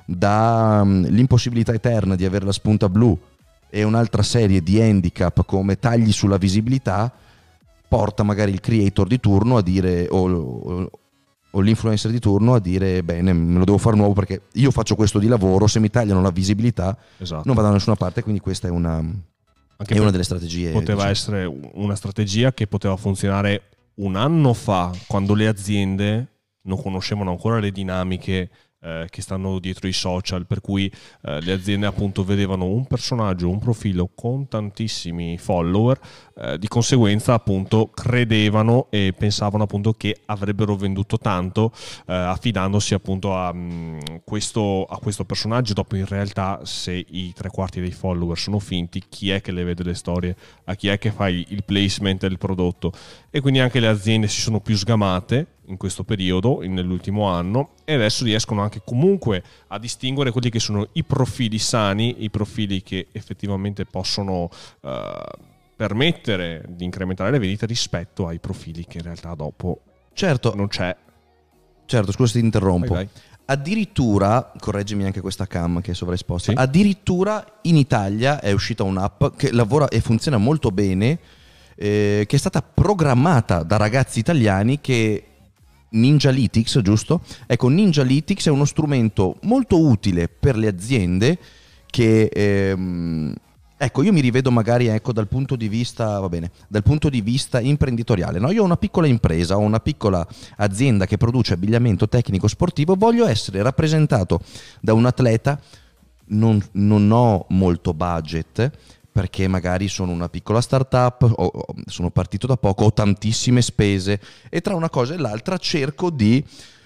da l'impossibilità eterna di avere la spunta blu e un'altra serie di handicap come tagli sulla visibilità, porta magari il creator di turno a dire o l'influencer di turno a dire bene, me lo devo fare nuovo perché io faccio questo di lavoro, se mi tagliano la visibilità non vado da nessuna parte. Quindi questa è una delle strategie. Poteva essere una strategia che poteva funzionare un anno fa, quando le aziende non conoscevano ancora le dinamiche che stanno dietro i social, per cui le aziende appunto vedevano un personaggio, un profilo con tantissimi follower, di conseguenza appunto credevano e pensavano appunto che avrebbero venduto tanto, affidandosi appunto a questo personaggio. Dopo in realtà, se i 3/4 dei follower sono finti, chi è che le vede le storie? A chi è che fai il placement del prodotto? E quindi anche le aziende si sono più sgamate in questo periodo, nell'ultimo anno, e adesso riescono anche comunque a distinguere quelli che sono i profili sani, i profili che effettivamente possono permettere di incrementare le vendite, rispetto ai profili che in realtà dopo non c'è. Certo, scusa se ti interrompo. Vai. Addirittura, correggimi anche questa cam che è sovraesposta, Sì. Addirittura in Italia è uscita un'app che lavora e funziona molto bene, che è stata programmata da ragazzi italiani, che Ninjalytics, giusto? Ecco, Ninjalytics è uno strumento molto utile per le aziende che, ecco, io mi rivedo magari, ecco, dal punto di vista, va bene, dal punto di vista imprenditoriale, no? Io ho una piccola impresa, ho una piccola azienda che produce abbigliamento tecnico sportivo, voglio essere rappresentato da un atleta, non ho molto budget, perché magari sono una piccola startup, sono partito da poco, ho tantissime spese, e tra una cosa e l'altra cerco di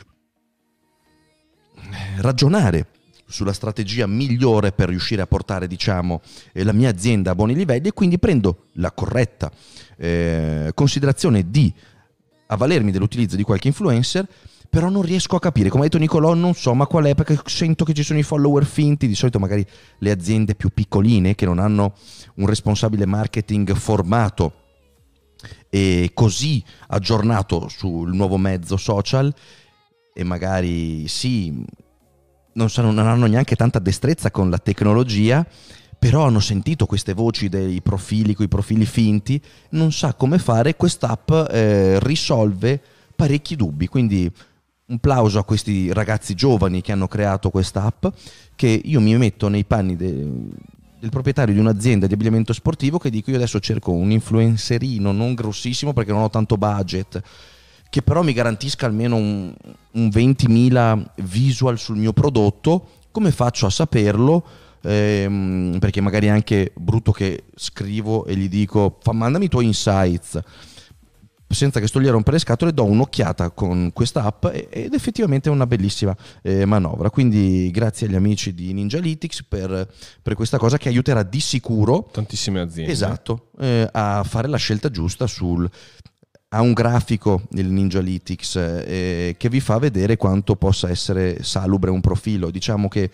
ragionare sulla strategia migliore per riuscire a portare, diciamo, la mia azienda a buoni livelli, e quindi prendo la corretta considerazione di avvalermi dell'utilizzo di qualche influencer. Però non riesco a capire, come ha detto Nicolò, non so ma qual è, perché sento che ci sono i follower finti. Di solito magari le aziende più piccoline, che non hanno un responsabile marketing formato e così aggiornato sul nuovo mezzo social, e magari sì, non hanno neanche tanta destrezza con la tecnologia, però hanno sentito queste voci dei profili, coi profili finti, non sa come fare. Quest'app risolve parecchi dubbi, quindi un plauso a questi ragazzi giovani che hanno creato questa app, che io mi metto nei panni del proprietario di un'azienda di abbigliamento sportivo, che dico: io adesso cerco un influencerino non grossissimo perché non ho tanto budget, che però mi garantisca almeno un 20.000 visual sul mio prodotto. Come faccio a saperlo? Perché magari è anche brutto che scrivo e gli dico: mandami i tuoi insights, senza che sto lì a rompere le scatole. Do un'occhiata con questa app ed effettivamente è una bellissima manovra. Quindi grazie agli amici di Ninjalytics per questa cosa, che aiuterà di sicuro tantissime aziende, esatto, a fare la scelta giusta. Ha un grafico, il Ninjalytics, che vi fa vedere quanto possa essere salubre un profilo. Diciamo che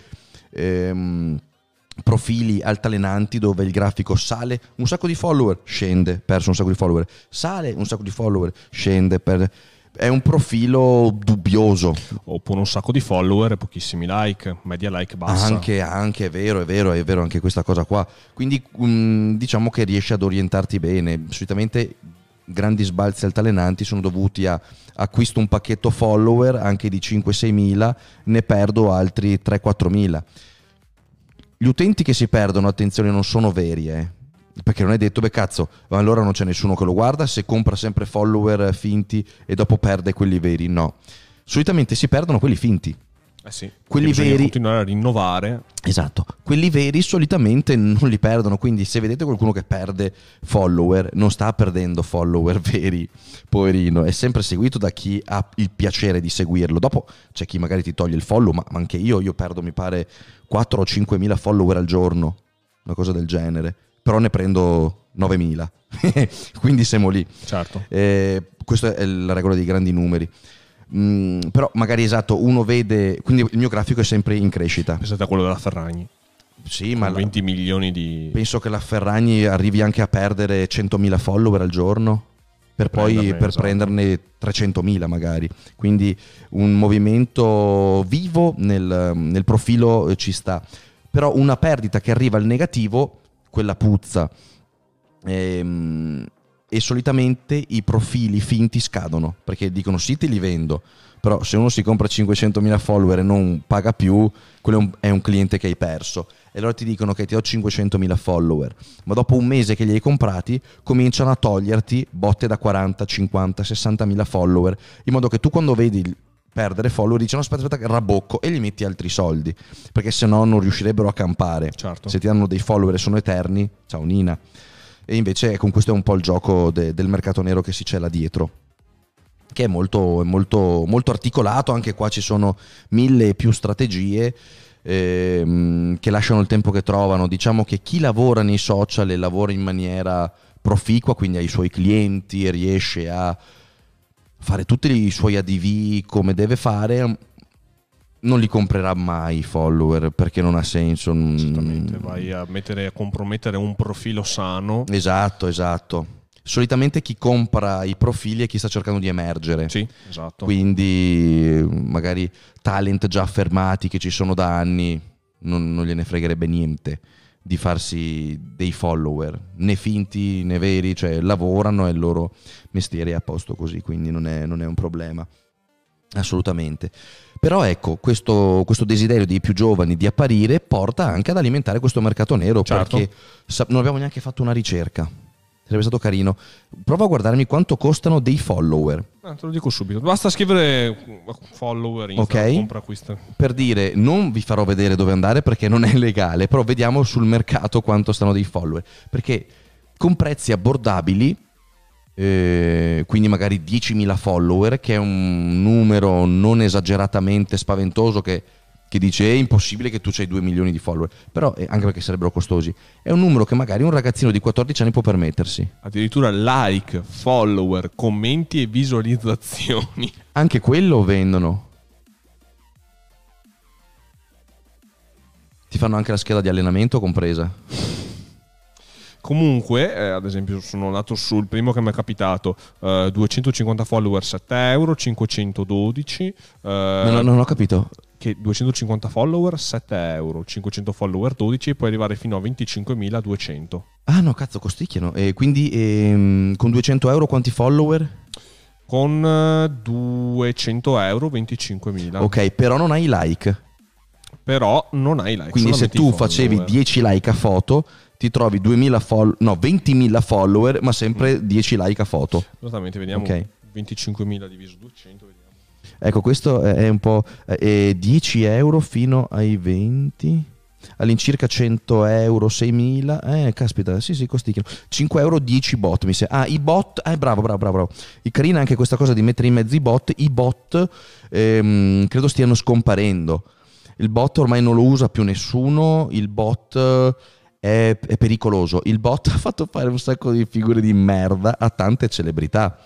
profili altalenanti, dove il grafico sale un sacco di follower, scende, perso un sacco di follower, sale un sacco di follower, scende, è un profilo dubbioso. Oppure un sacco di follower e pochissimi like, media like bassa. Anche è vero anche questa cosa qua. Quindi diciamo che riesci ad orientarti bene. Solitamente grandi sbalzi altalenanti sono dovuti a acquisto un pacchetto follower anche di 5-6 mila, ne perdo altri 3-4 mila. Gli utenti che si perdono, attenzione, non sono veri, perché non è detto, beh cazzo, allora non c'è nessuno che lo guarda se compra sempre follower finti e dopo perde quelli veri. No, solitamente si perdono quelli finti. Sì, quelli veri continuare a rinnovare. Esatto, quelli veri solitamente non li perdono. Quindi se vedete qualcuno che perde follower, non sta perdendo follower veri, poverino, è sempre seguito da chi ha il piacere di seguirlo. Dopo c'è chi magari ti toglie il follow, ma anche io perdo, mi pare, 4 o 5 mila follower al giorno, una cosa del genere, però ne prendo 9 mila. Quindi siamo lì. Certo. Questa è la regola dei grandi numeri. Però magari, esatto, uno vede, quindi il mio grafico è sempre in crescita. Pensate a quello della Ferragni. Sì, ma 20 milioni di... Penso che la Ferragni arrivi anche a perdere 100.000 follower al giorno, per prenderne 300.000 magari. Quindi un movimento vivo nel profilo ci sta. Però una perdita che arriva al negativo, quella puzza. E solitamente i profili finti scadono, perché dicono sì, te li vendo, però se uno si compra 500.000 follower e non paga più, quello è un cliente che hai perso. E allora ti dicono che ti do 500.000 follower, ma dopo un mese che li hai comprati cominciano a toglierti botte da 40, 50, 60.000 follower, in modo che tu, quando vedi perdere follower, dicono aspetta che rabocco, e gli metti altri soldi, perché se no non riuscirebbero a campare. Certo. Se ti danno dei follower e sono eterni, ciao Nina. E invece con questo è un po' il gioco del mercato nero che si cela dietro, che è molto, molto articolato. Anche qua ci sono 1000 e più strategie che lasciano il tempo che trovano. Diciamo che chi lavora nei social e lavora in maniera proficua, quindi ha i suoi clienti e riesce a fare tutti i suoi ADV come deve fare, non li comprerà mai i follower, perché non ha senso. Certamente, vai a compromettere un profilo sano. Esatto. Solitamente chi compra i profili è chi sta cercando di emergere. Sì, esatto. Quindi magari talent già affermati che ci sono da anni, non gliene fregherebbe niente di farsi dei follower, né finti né veri, cioè lavorano e il loro mestiere è a posto così, quindi non è un problema, assolutamente. Però ecco, questo desiderio dei più giovani di apparire porta anche ad alimentare questo mercato nero, certo. Perché non abbiamo neanche fatto una ricerca. Sarebbe stato carino. Prova a guardarmi quanto costano dei follower. Te lo dico subito. Basta scrivere follower, Instagram, compra, acquista. Per dire, non vi farò vedere dove andare perché non è legale, però vediamo sul mercato quanto stanno dei follower. Perché con prezzi abbordabili, quindi magari 10.000 follower, che è un numero non esageratamente spaventoso, che dice è impossibile che tu c'hai 2 milioni di follower, però anche perché sarebbero costosi, è un numero che magari un ragazzino di 14 anni può permettersi. Addirittura like, follower, commenti e visualizzazioni. Anche quello vendono. Ti fanno anche la scheda di allenamento compresa. Comunque, ad esempio, sono andato sul primo che mi è capitato, 250 follower 7 euro, 512. Non ho capito. Che 250 follower 7 euro, 500 follower 12 e puoi arrivare fino a 25.200. Ah no, cazzo, costicchiano. E quindi con 200 euro quanti follower? Con 200 euro 25.000. Ok, però non hai like. Però non hai like. Quindi se tu facevi 10 like a foto, ti trovi 20.000 follower, ma sempre 10 like a foto. Esattamente, vediamo. Okay. 25.000 diviso 200, vediamo. Ecco, questo è un po' 10 euro fino ai 20, all'incirca 100 euro, 6.000, caspita, sì, costicchiano. 5 euro 10 bot, mi sa. Ah, i bot, bravo. È carina anche questa cosa di mettere in mezzo i bot credo stiano scomparendo. Il bot ormai non lo usa più nessuno, il bot è pericoloso. Il bot ha fatto fare un sacco di figure di merda a tante celebrità.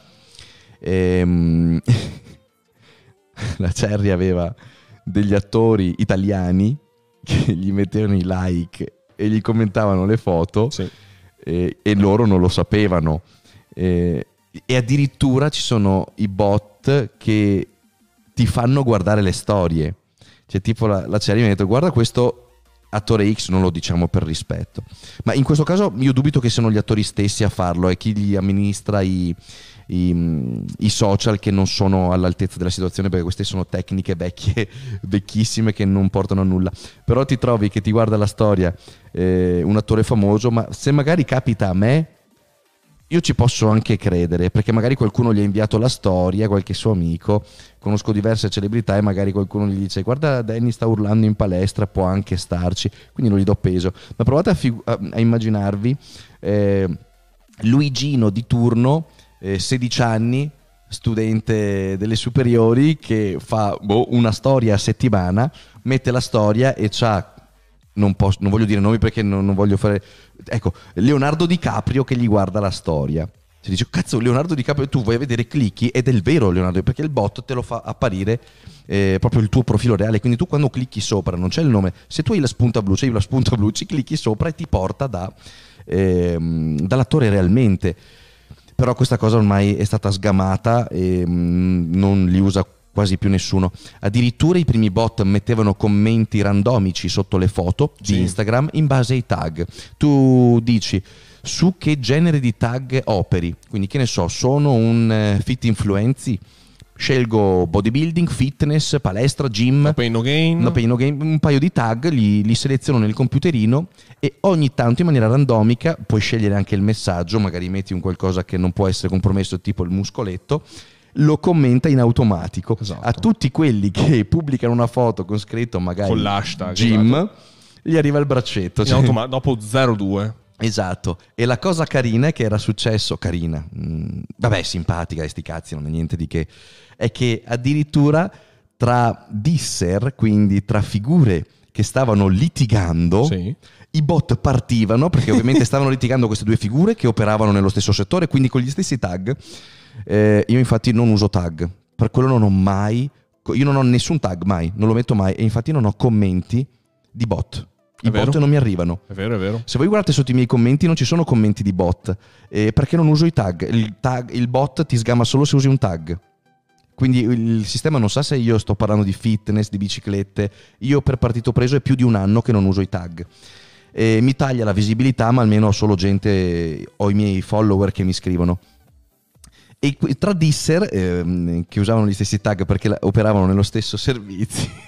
La Cherry aveva degli attori italiani che gli mettevano i like e gli commentavano le foto, sì. E loro non lo sapevano. E addirittura ci sono i bot che ti fanno guardare le storie. Cioè tipo la Cherry mi ha detto guarda questo attore X, non lo diciamo per rispetto, ma in questo caso io dubito che siano gli attori stessi a farlo, è chi gli amministra i social che non sono all'altezza della situazione, perché queste sono tecniche vecchissime che non portano a nulla. Però ti trovi che ti guarda la storia un attore famoso, ma se magari capita a me io ci posso anche credere, perché magari qualcuno gli ha inviato la storia, qualche suo amico, conosco diverse celebrità e magari qualcuno gli dice guarda Danny sta urlando in palestra, può anche starci, quindi non gli do peso. Ma provate a immaginarvi Luigino di turno, 16 anni, studente delle superiori, che fa una storia a settimana, mette la storia e c'ha, non voglio dire nomi perché non voglio fare, ecco, Leonardo DiCaprio che gli guarda la storia. Si dice cazzo, Leonardo DiCaprio, tu vai a vedere, clicchi ed è il vero Leonardo, perché il bot te lo fa apparire proprio il tuo profilo reale, quindi tu quando clicchi sopra non c'è il nome, se tu hai la spunta blu, c'hai la spunta blu, ci clicchi sopra e ti porta dall'attore realmente. Però questa cosa ormai è stata sgamata e non li usa quasi più nessuno. Addirittura i primi bot mettevano commenti randomici sotto le foto di Instagram in base ai tag. Tu dici su che genere di tag operi, quindi che ne so, sono un fit influencer, scelgo bodybuilding, fitness, palestra, gym, no pain no gain, un paio di tag, li seleziono nel computerino e ogni tanto in maniera randomica puoi scegliere anche il messaggio, magari metti un qualcosa che non può essere compromesso, tipo il muscoletto, lo commenta in automatico. Esatto. A tutti quelli che pubblicano una foto con scritto magari con l'hashtag Jim, esatto, gli arriva il braccetto. dopo 02. Esatto. E la cosa carina è che era successo, carina, vabbè, simpatica, sti cazzi, non è niente di che, è che addirittura tra disser, quindi tra figure che stavano litigando, Sì. i bot partivano, perché ovviamente stavano litigando queste due figure che operavano nello stesso settore, quindi con gli stessi tag. Io infatti non uso tag, per quello non ho mai, io non ho nessun tag mai, non lo metto mai, e infatti non ho commenti di bot. I bot non mi arrivano. È vero, è vero. Se voi guardate sotto i miei commenti non ci sono commenti di bot, perché non uso i tag. Il bot ti sgama solo se usi un tag. Quindi il sistema non sa se io sto parlando di fitness, di biciclette. Io per partito preso è più di un anno che non uso i tag. Mi taglia la visibilità, ma almeno ho solo gente, ho i miei follower che mi scrivono. E tra disser che usavano gli stessi tag perché operavano nello stesso servizio,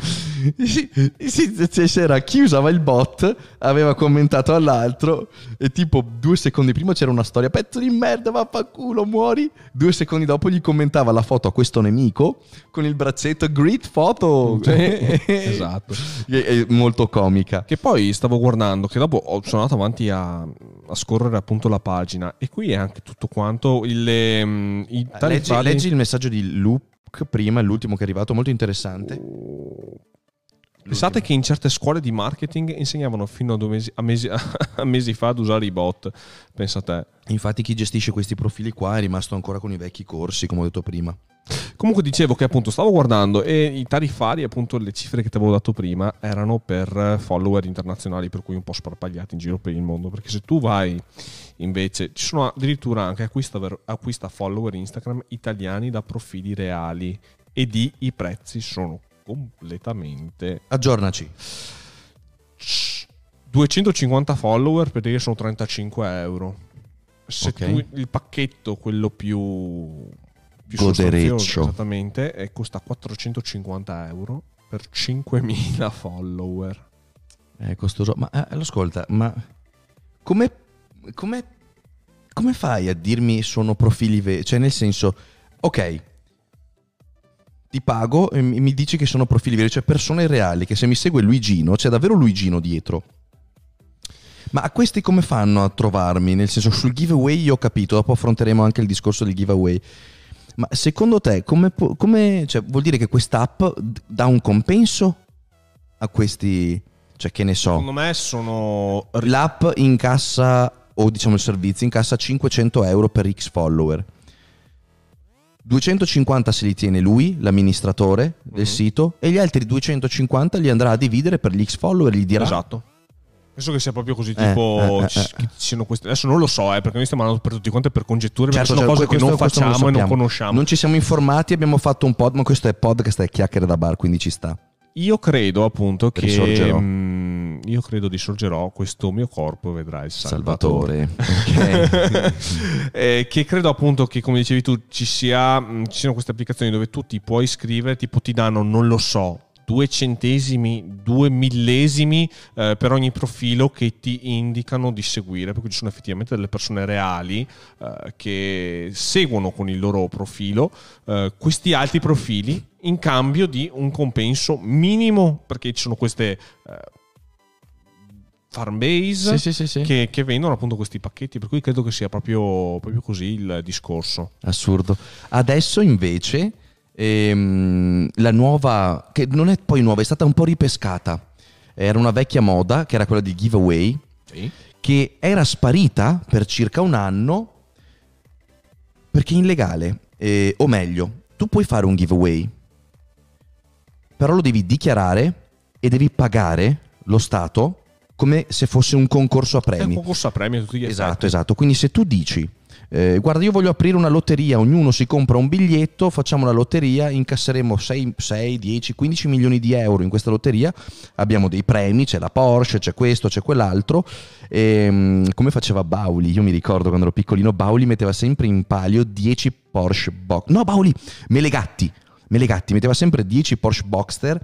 c'era chi usava il bot, aveva commentato all'altro e tipo 2 secondi prima c'era una storia: pezzo di merda, vaffanculo, muori. 2 secondi dopo gli commentava la foto a questo nemico con il braccetto great photo. Esatto. È molto comica. Che poi stavo guardando, che dopo sono andato avanti a scorrere appunto la pagina, e qui è anche tutto quanto leggi il messaggio di Luke prima, l'ultimo che è arrivato, molto interessante. Pensate che in certe scuole di marketing insegnavano fino a 2 mesi, a mesi fa ad usare i bot. Pensa a te. Infatti chi gestisce questi profili qua è rimasto ancora con i vecchi corsi, come ho detto prima. Comunque dicevo che appunto stavo guardando e i tariffari, appunto le cifre che ti avevo dato prima, erano per follower internazionali, per cui un po' sparpagliati in giro per il mondo. Perché se tu vai invece, ci sono addirittura anche acquista follower Instagram italiani da profili reali, ed i prezzi sono completamente... Aggiornaci. 250 follower per dire sono 35 euro. Se tu il pacchetto, quello più godereccio, esattamente, costa 450 euro per 5.000 follower. È costoso. Ma ascolta, ma come fai a dirmi sono profili veri? Cioè, nel senso, ok, ti pago e mi dici che sono profili veri, cioè persone reali, che se mi segue Luigino, c'è davvero Luigino dietro. Ma a questi come fanno a trovarmi? Nel senso, sul giveaway io ho capito, dopo affronteremo anche il discorso del giveaway. Ma secondo te cioè, vuol dire che quest'app dà un compenso a questi, cioè che ne so? Secondo me sono... L'app incassa, o diciamo il servizio incassa 500 euro per X follower. 250 se li tiene lui, l'amministratore del sito, e gli altri 250 li andrà a dividere per gli X follower, gli dirà. Esatto. Penso che sia proprio così, tipo che ci siano questi. Adesso non lo so, perché noi stiamo andando per tutti quanti per congetture, perché sono cose che non facciamo e non conosciamo. Non ci siamo informati, abbiamo fatto un pod, ma questo è podcast, è chiacchiere da bar, quindi ci sta. Io credo appunto che risorgerò. Io credo risorgerò, questo mio corpo vedrà il Salvatore. Okay. Che credo appunto che, come dicevi tu, ci siano queste applicazioni dove tu ti puoi iscrivere, tipo ti danno, non lo so, 2 centesimi, 2 millesimi per ogni profilo che ti indicano di seguire, perché ci sono effettivamente delle persone reali che seguono con il loro profilo questi altri profili in cambio di un compenso minimo, perché ci sono queste farm base sì. Che vendono appunto questi pacchetti, per cui credo che sia proprio così il discorso. Assurdo. Adesso invece la nuova, che non è poi nuova, è stata un po' ripescata, era una vecchia moda che era quella di giveaway, Sì. che era sparita per circa un anno perché è illegale, o meglio, tu puoi fare un giveaway, però lo devi dichiarare e devi pagare lo Stato come se fosse un concorso a premi. È un concorso a premi a tutti gli effetti. Esatto. Quindi se tu dici guarda, io voglio aprire una lotteria, ognuno si compra un biglietto, facciamo la lotteria, incasseremo 6, 10, 15 milioni di euro in questa lotteria, abbiamo dei premi, c'è la Porsche, c'è questo, c'è quell'altro, come faceva Bauli, io mi ricordo quando ero piccolino, Bauli metteva sempre in palio 10 Porsche Boxster, no Bauli, Melegatti metteva sempre 10 Porsche Boxster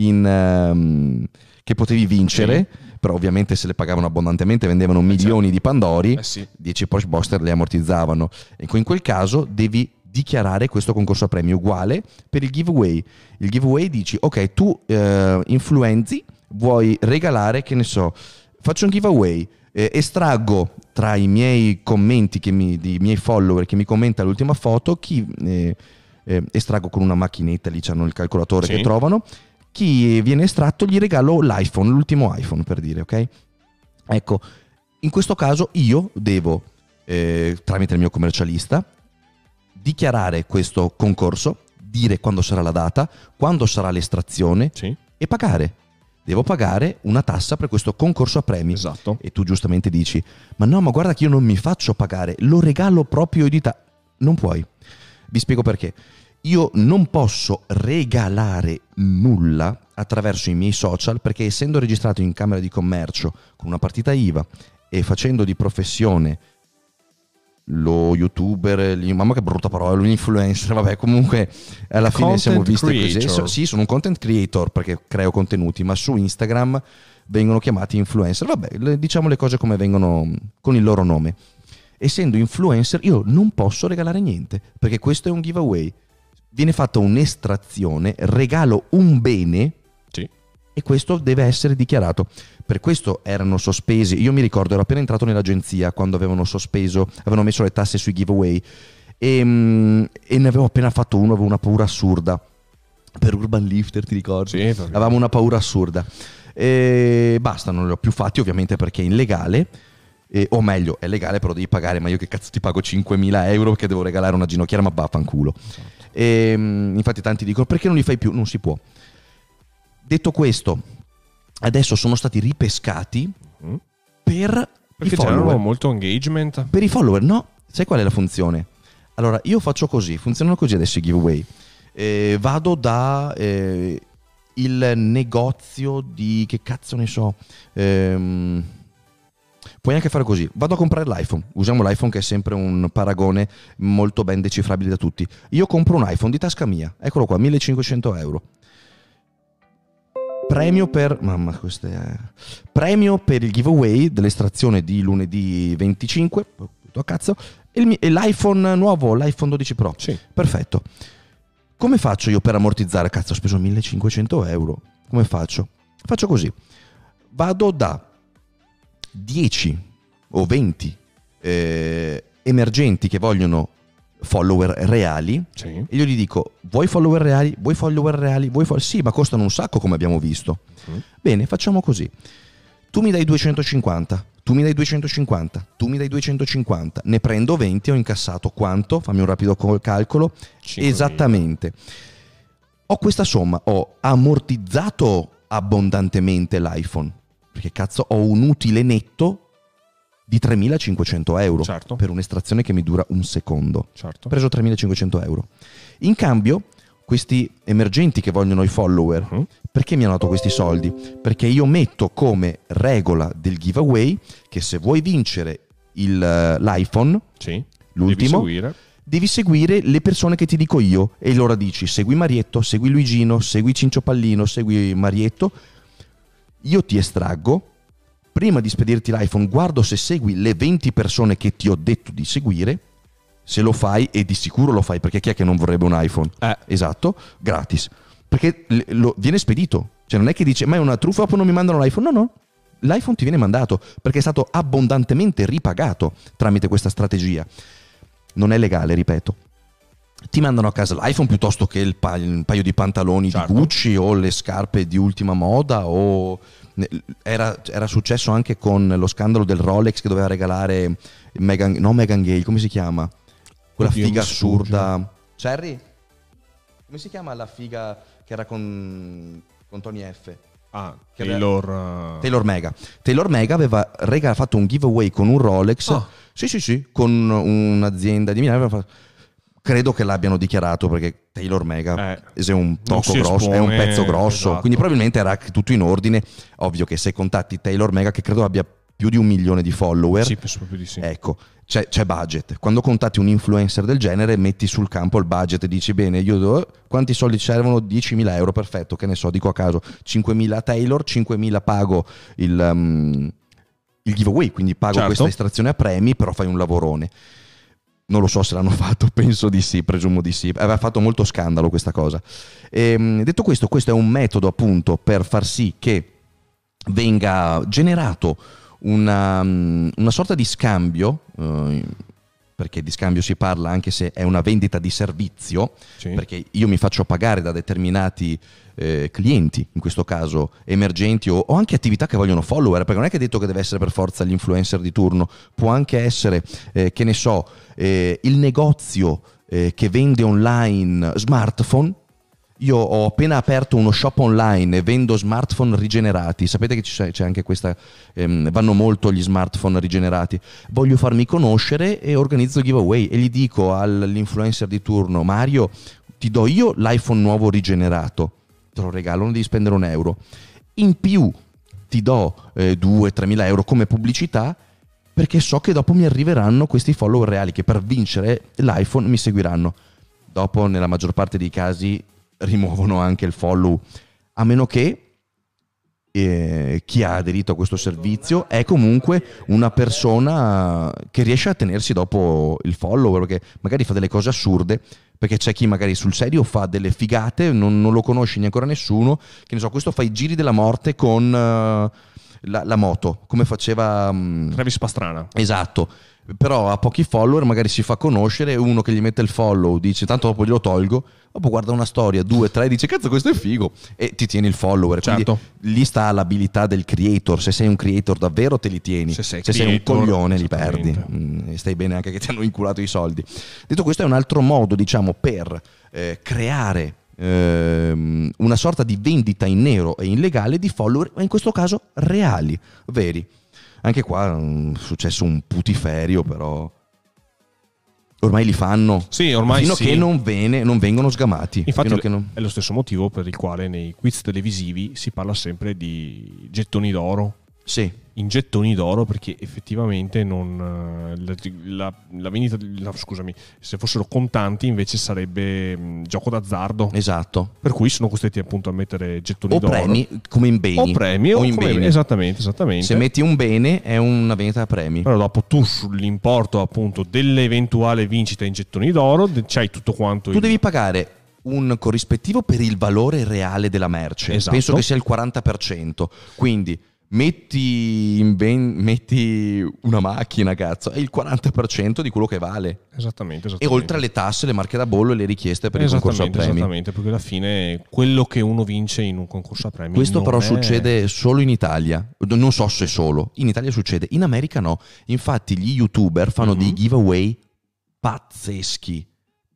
che potevi vincere, sì. Però ovviamente se le pagavano abbondantemente vendevano milioni di Pandori, sì. 10 Porsche Boxster le ammortizzavano, e in quel caso devi dichiarare questo concorso a premi. Uguale per il giveaway. Il giveaway dici, ok, tu influenzi, vuoi regalare, che ne so, faccio un giveaway, estraggo tra i miei commenti, i miei follower che mi commenta l'ultima foto, estraggo con una macchinetta, lì c'hanno il calcolatore che trovano, chi viene estratto gli regalo l'iPhone, l'ultimo iPhone, per dire, ok? Ecco, in questo caso io devo, tramite il mio commercialista, dichiarare questo concorso, dire quando sarà la data, quando sarà l'estrazione e pagare. Devo pagare una tassa per questo concorso a premi. Esatto. E tu giustamente dici, ma no, ma guarda che io non mi faccio pagare, lo regalo proprio di Non puoi. Vi spiego perché. Io non posso regalare nulla attraverso i miei social, perché essendo registrato in Camera di Commercio con una partita IVA e facendo di professione lo youtuber, mamma che brutta parola, l'influencer, vabbè, comunque alla fine siamo visti così. Sì, sono un content creator perché creo contenuti, ma su Instagram vengono chiamati influencer. Vabbè, diciamo le cose come vengono con il loro nome. Essendo influencer io non posso regalare niente, perché questo è un giveaway. Viene fatta un'estrazione, regalo un bene e questo deve essere dichiarato. Per questo erano sospesi. Io mi ricordo, ero appena entrato nell'agenzia quando avevano messo le tasse sui giveaway e ne avevo appena fatto uno, avevo una paura assurda. Per Urban Lifter, ti ricordi? Sì, avevamo una paura assurda. E basta, non li ho più fatti ovviamente perché è illegale. O meglio, è legale però devi pagare, ma io che cazzo ti pago 5.000 euro perché devo regalare una ginocchiera, ma vaffanculo. Esatto. Infatti tanti dicono perché non li fai più? Non si può. Detto questo, adesso sono stati ripescati per i follower. C'erano molto engagement. Per i follower, no? Sai qual è la funzione? Allora, io faccio così, funzionano così adesso i giveaway. Vado da il negozio di, che cazzo ne so, puoi anche fare così, vado a comprare l'iPhone, usiamo l'iPhone che è sempre un paragone molto ben decifrabile da tutti. Io compro un iPhone di tasca mia, eccolo qua, 1.500 euro. Premio per il giveaway dell'estrazione di lunedì 25, a cazzo, e l'iPhone nuovo, l'iPhone 12 Pro. Sì. Perfetto. Come faccio io per ammortizzare? Cazzo, ho speso 1.500 euro. Come faccio? Faccio così. Vado da 10 o 20 emergenti che vogliono follower reali e io gli dico vuoi follower reali? Vuoi follower reali? Sì, ma costano un sacco come abbiamo visto. Bene, facciamo così. Tu mi dai 250, tu mi dai 250, tu mi dai 250, ne prendo 20, ho incassato quanto? Fammi un rapido calcolo. 5.000. Esattamente. Ho questa somma, ho ammortizzato abbondantemente l'iPhone, perché cazzo ho un utile netto di 3.500 euro per un'estrazione che mi dura un secondo. Ho preso 3.500 euro. In cambio, questi emergenti che vogliono i follower, perché mi hanno dato questi soldi? Perché io metto come regola del giveaway che se vuoi vincere l'iPhone, l'ultimo, devi seguire le persone che ti dico io. E allora dici segui Marietto, segui Luigino, segui Cincioppallino, segui Marietto. Io ti estraggo. Prima di spedirti l'iPhone, guardo se segui le 20 persone che ti ho detto di seguire. Se lo fai, e di sicuro lo fai, perché chi è che non vorrebbe un iPhone? Esatto, gratis. Perché viene spedito. Cioè non è che dice, ma è una truffa, poi non mi mandano l'iPhone. No. L'iPhone ti viene mandato, perché è stato abbondantemente ripagato tramite questa strategia. Non è legale, ripeto. Ti mandano a casa l'iPhone piuttosto che il paio di pantaloni di Gucci o le scarpe di ultima moda o... Era successo anche con lo scandalo del Rolex che doveva regalare Meghan Gale, come si chiama? Quella figa assurda. Cherry? Come si chiama la figa che era con Tony F? Taylor Mega. Taylor Mega aveva fatto un giveaway con un Rolex. Sì, con un'azienda di Milano. Credo che l'abbiano dichiarato perché Taylor Mega è un tocco grosso, è un pezzo grosso, esatto. Quindi probabilmente era tutto in ordine. Ovvio che se contatti Taylor Mega, che credo abbia più di 1 milione di follower, sì, penso proprio di sì. Ecco, c'è budget. Quando contatti un influencer del genere, metti sul campo il budget e dici bene, quanti soldi servono? 10.000 euro, perfetto, che ne so, dico a caso 5.000 a Taylor, 5.000 pago il giveaway, quindi pago questa estrazione a premi, però fai un lavorone. Non lo so se l'hanno fatto, penso di sì, presumo di sì. Aveva fatto molto scandalo questa cosa. Detto questo, questo è un metodo appunto per far sì che venga generato una sorta di scambio, perché di scambio si parla anche se è una vendita di servizio, Sì. perché io mi faccio pagare da determinati clienti, in questo caso emergenti o anche attività che vogliono follower, perché non è che è detto che deve essere per forza l'influencer di turno, può anche essere, che ne so, il negozio che vende online smartphone. Io ho appena aperto uno shop online e vendo smartphone rigenerati. Sapete che c'è anche questa, vanno molto gli smartphone rigenerati. Voglio farmi conoscere e organizzo giveaway e gli dico all'influencer di turno: Mario, ti do io l'iPhone nuovo rigenerato, te lo regalo, non devi spendere €1. In più ti do 2-3 mila euro come pubblicità, perché so che dopo mi arriveranno questi follower reali che per vincere l'iPhone mi seguiranno. Dopo, nella maggior parte dei casi, rimuovono anche il follow, a meno che chi ha aderito a questo servizio è comunque una persona che riesce a tenersi dopo il follower, perché magari fa delle cose assurde, perché c'è chi magari sul serio fa delle figate, non lo conosce neanche ancora nessuno, che ne so, questo fa i giri della morte con la moto, come faceva Travis Pastrana. Esatto. Però ha pochi follower, magari si fa conoscere, uno che gli mette il follow dice tanto dopo glielo tolgo, dopo guarda una storia, 2, 3, dice cazzo questo è figo e ti tieni il follower. Certo. Quindi lì sta l'abilità del creator, se sei un creator davvero te li tieni, se sei un coglione li perdi, e stai bene anche che ti hanno inculato i soldi. Detto questo, è un altro modo, diciamo, per creare una sorta di vendita in nero e illegale di follower, ma in questo caso reali, veri. Anche qua è successo un putiferio, però ormai li fanno, sì, ormai fino a sì. che non vengono sgamati. Infatti fino a che non... è lo stesso motivo per il quale nei quiz televisivi si parla sempre di gettoni d'oro. Sì. In gettoni d'oro, perché effettivamente non la vendita, scusami, se fossero contanti invece sarebbe gioco d'azzardo. Esatto. Per cui sono costretti appunto a mettere gettoni d'oro. O premi come in beni. O premi o in beni. Esattamente. Se metti un bene è una vendita a premi. Però dopo tu sull'importo appunto dell'eventuale vincita in gettoni d'oro c'hai tutto quanto. Tu devi pagare un corrispettivo per il valore reale della merce. Esatto. Penso che sia il 40%. Quindi metti una macchina, cazzo, è il 40% di quello che vale. Esattamente. E oltre alle tasse, le marche da bollo e le richieste per il concorso a premi. Esattamente, perché alla fine quello che uno vince in un concorso a premi. Questo però succede solo in Italia. Non so se solo. In Italia succede, in America no. Infatti gli YouTuber fanno dei giveaway pazzeschi.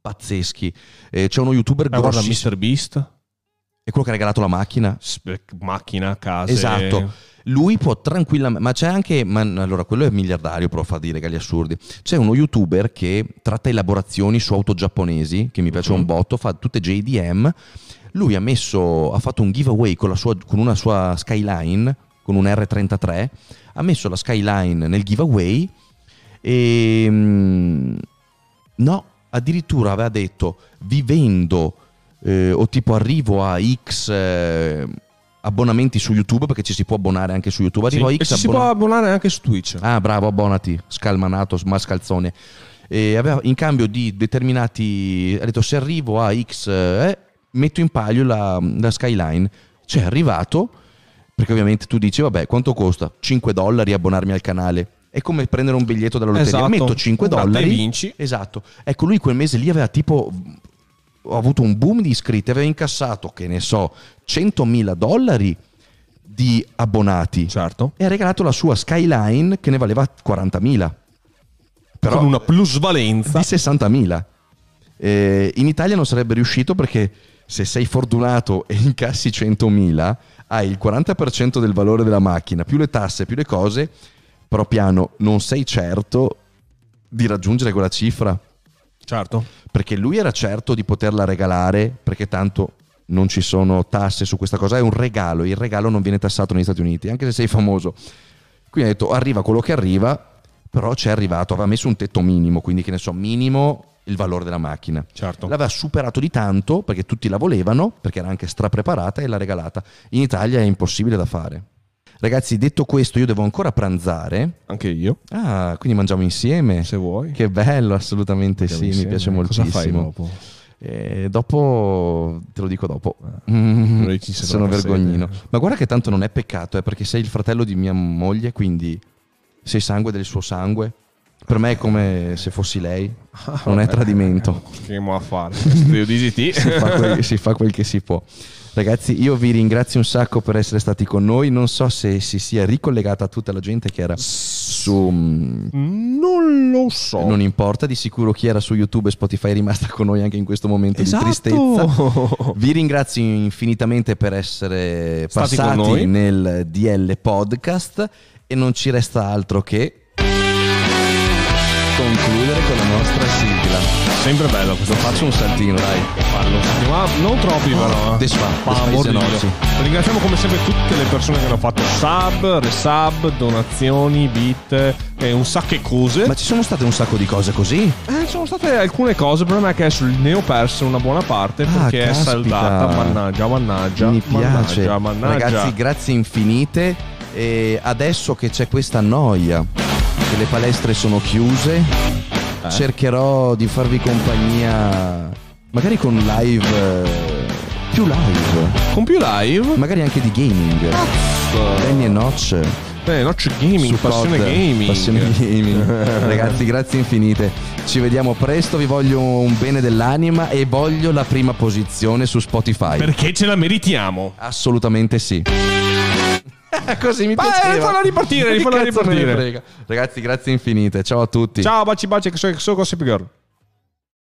C'è uno YouTuber guarda, grossissimo. MrBeast È quello che ha regalato la macchina. Macchina, case. Esatto. Lui può tranquillamente, ma c'è anche, allora quello è miliardario, però fa dei regali assurdi. C'è uno YouTuber che tratta elaborazioni su auto giapponesi, che mi piace un botto, fa tutte JDM. Lui ha fatto un giveaway con una sua Skyline, con un R33, ha messo la Skyline nel giveaway e no, addirittura aveva detto vi vendo o tipo arrivo a X abbonamenti su YouTube, perché ci si può abbonare anche su YouTube. Arrivo a X e si può abbonare anche su Twitch. Ah, bravo, abbonati, scalmanato, mascalzone. E aveva, in cambio di determinati, ha detto se arrivo a X metto in palio la Skyline. C'è arrivato, perché ovviamente tu dici vabbè, quanto costa? $5 abbonarmi al canale. È come prendere un biglietto della lotteria. Esatto. Metto $5 e vinci. Esatto. Ecco, lui quel mese lì aveva tipo, ho avuto un boom di iscritti, aveva incassato, che ne so, $100.000 di abbonati. Certo. E ha regalato la sua Skyline che ne valeva 40.000. Però con una plusvalenza di 60.000. In Italia non sarebbe riuscito, perché se sei fortunato e incassi 100.000 hai il 40% del valore della macchina, più le tasse, più le cose, però piano non sei certo di raggiungere quella cifra. Certo. Perché lui era certo di poterla regalare, perché tanto non ci sono tasse su questa cosa, è un regalo, il regalo non viene tassato negli Stati Uniti, anche se sei famoso. Quindi ha detto arriva quello che arriva, però c'è arrivato, aveva messo un tetto minimo, quindi che ne so, minimo il valore della macchina. Certo. L'aveva superato di tanto, perché tutti la volevano, perché era anche strapreparata, e l'ha regalata. In Italia è impossibile da fare. Ragazzi, detto questo, io devo ancora pranzare. Anche io. Ah, quindi mangiamo insieme? Se vuoi. Che bello, assolutamente Mangiamo sì, insieme. mi piace moltissimo. Cosa fai dopo? Dopo te lo dico dopo. Sono vergognino. Ma guarda che tanto non è peccato, perché sei il fratello di mia moglie, quindi sei sangue del suo sangue. Per me è come se fossi lei, non è tradimento. Che mo a fare? Si fa quel che si può. Ragazzi, io vi ringrazio un sacco per essere stati con noi. Non so se si sia ricollegata tutta la gente che era su... Non lo so. Non importa, di sicuro chi era su YouTube e Spotify è rimasta con noi anche in questo momento di tristezza. Vi ringrazio infinitamente per essere stati passati nel DL Podcast e non ci resta altro che concludere con la nostra sigla. Sempre bello questo. Faccio un saltino, dai. Fallo. Ma non troppi però. Ringraziamo come sempre tutte le persone che hanno fatto sub, resub, donazioni, bit e un sacco di cose. Ma ci sono state un sacco di cose così? Ci sono state alcune cose. Il problema è che adesso ne ho perso una buona parte perché caspita. è saldata. Mannaggia. Mi piace. Mannaggia. Ragazzi, grazie infinite. E adesso che c'è questa noia, che le palestre sono chiuse, cercherò di farvi compagnia magari con live, più live, con più live, magari anche di gaming. Danny e Notch Gaming, passione gaming. Ragazzi, grazie infinite, ci vediamo presto, vi voglio un bene dell'anima e voglio la prima posizione su Spotify perché ce la meritiamo. Assolutamente sì. Così mi piaceva. Falla ripartire. Ragazzi, grazie infinite. Ciao a tutti. Ciao, baci, che sono Gossip Girl.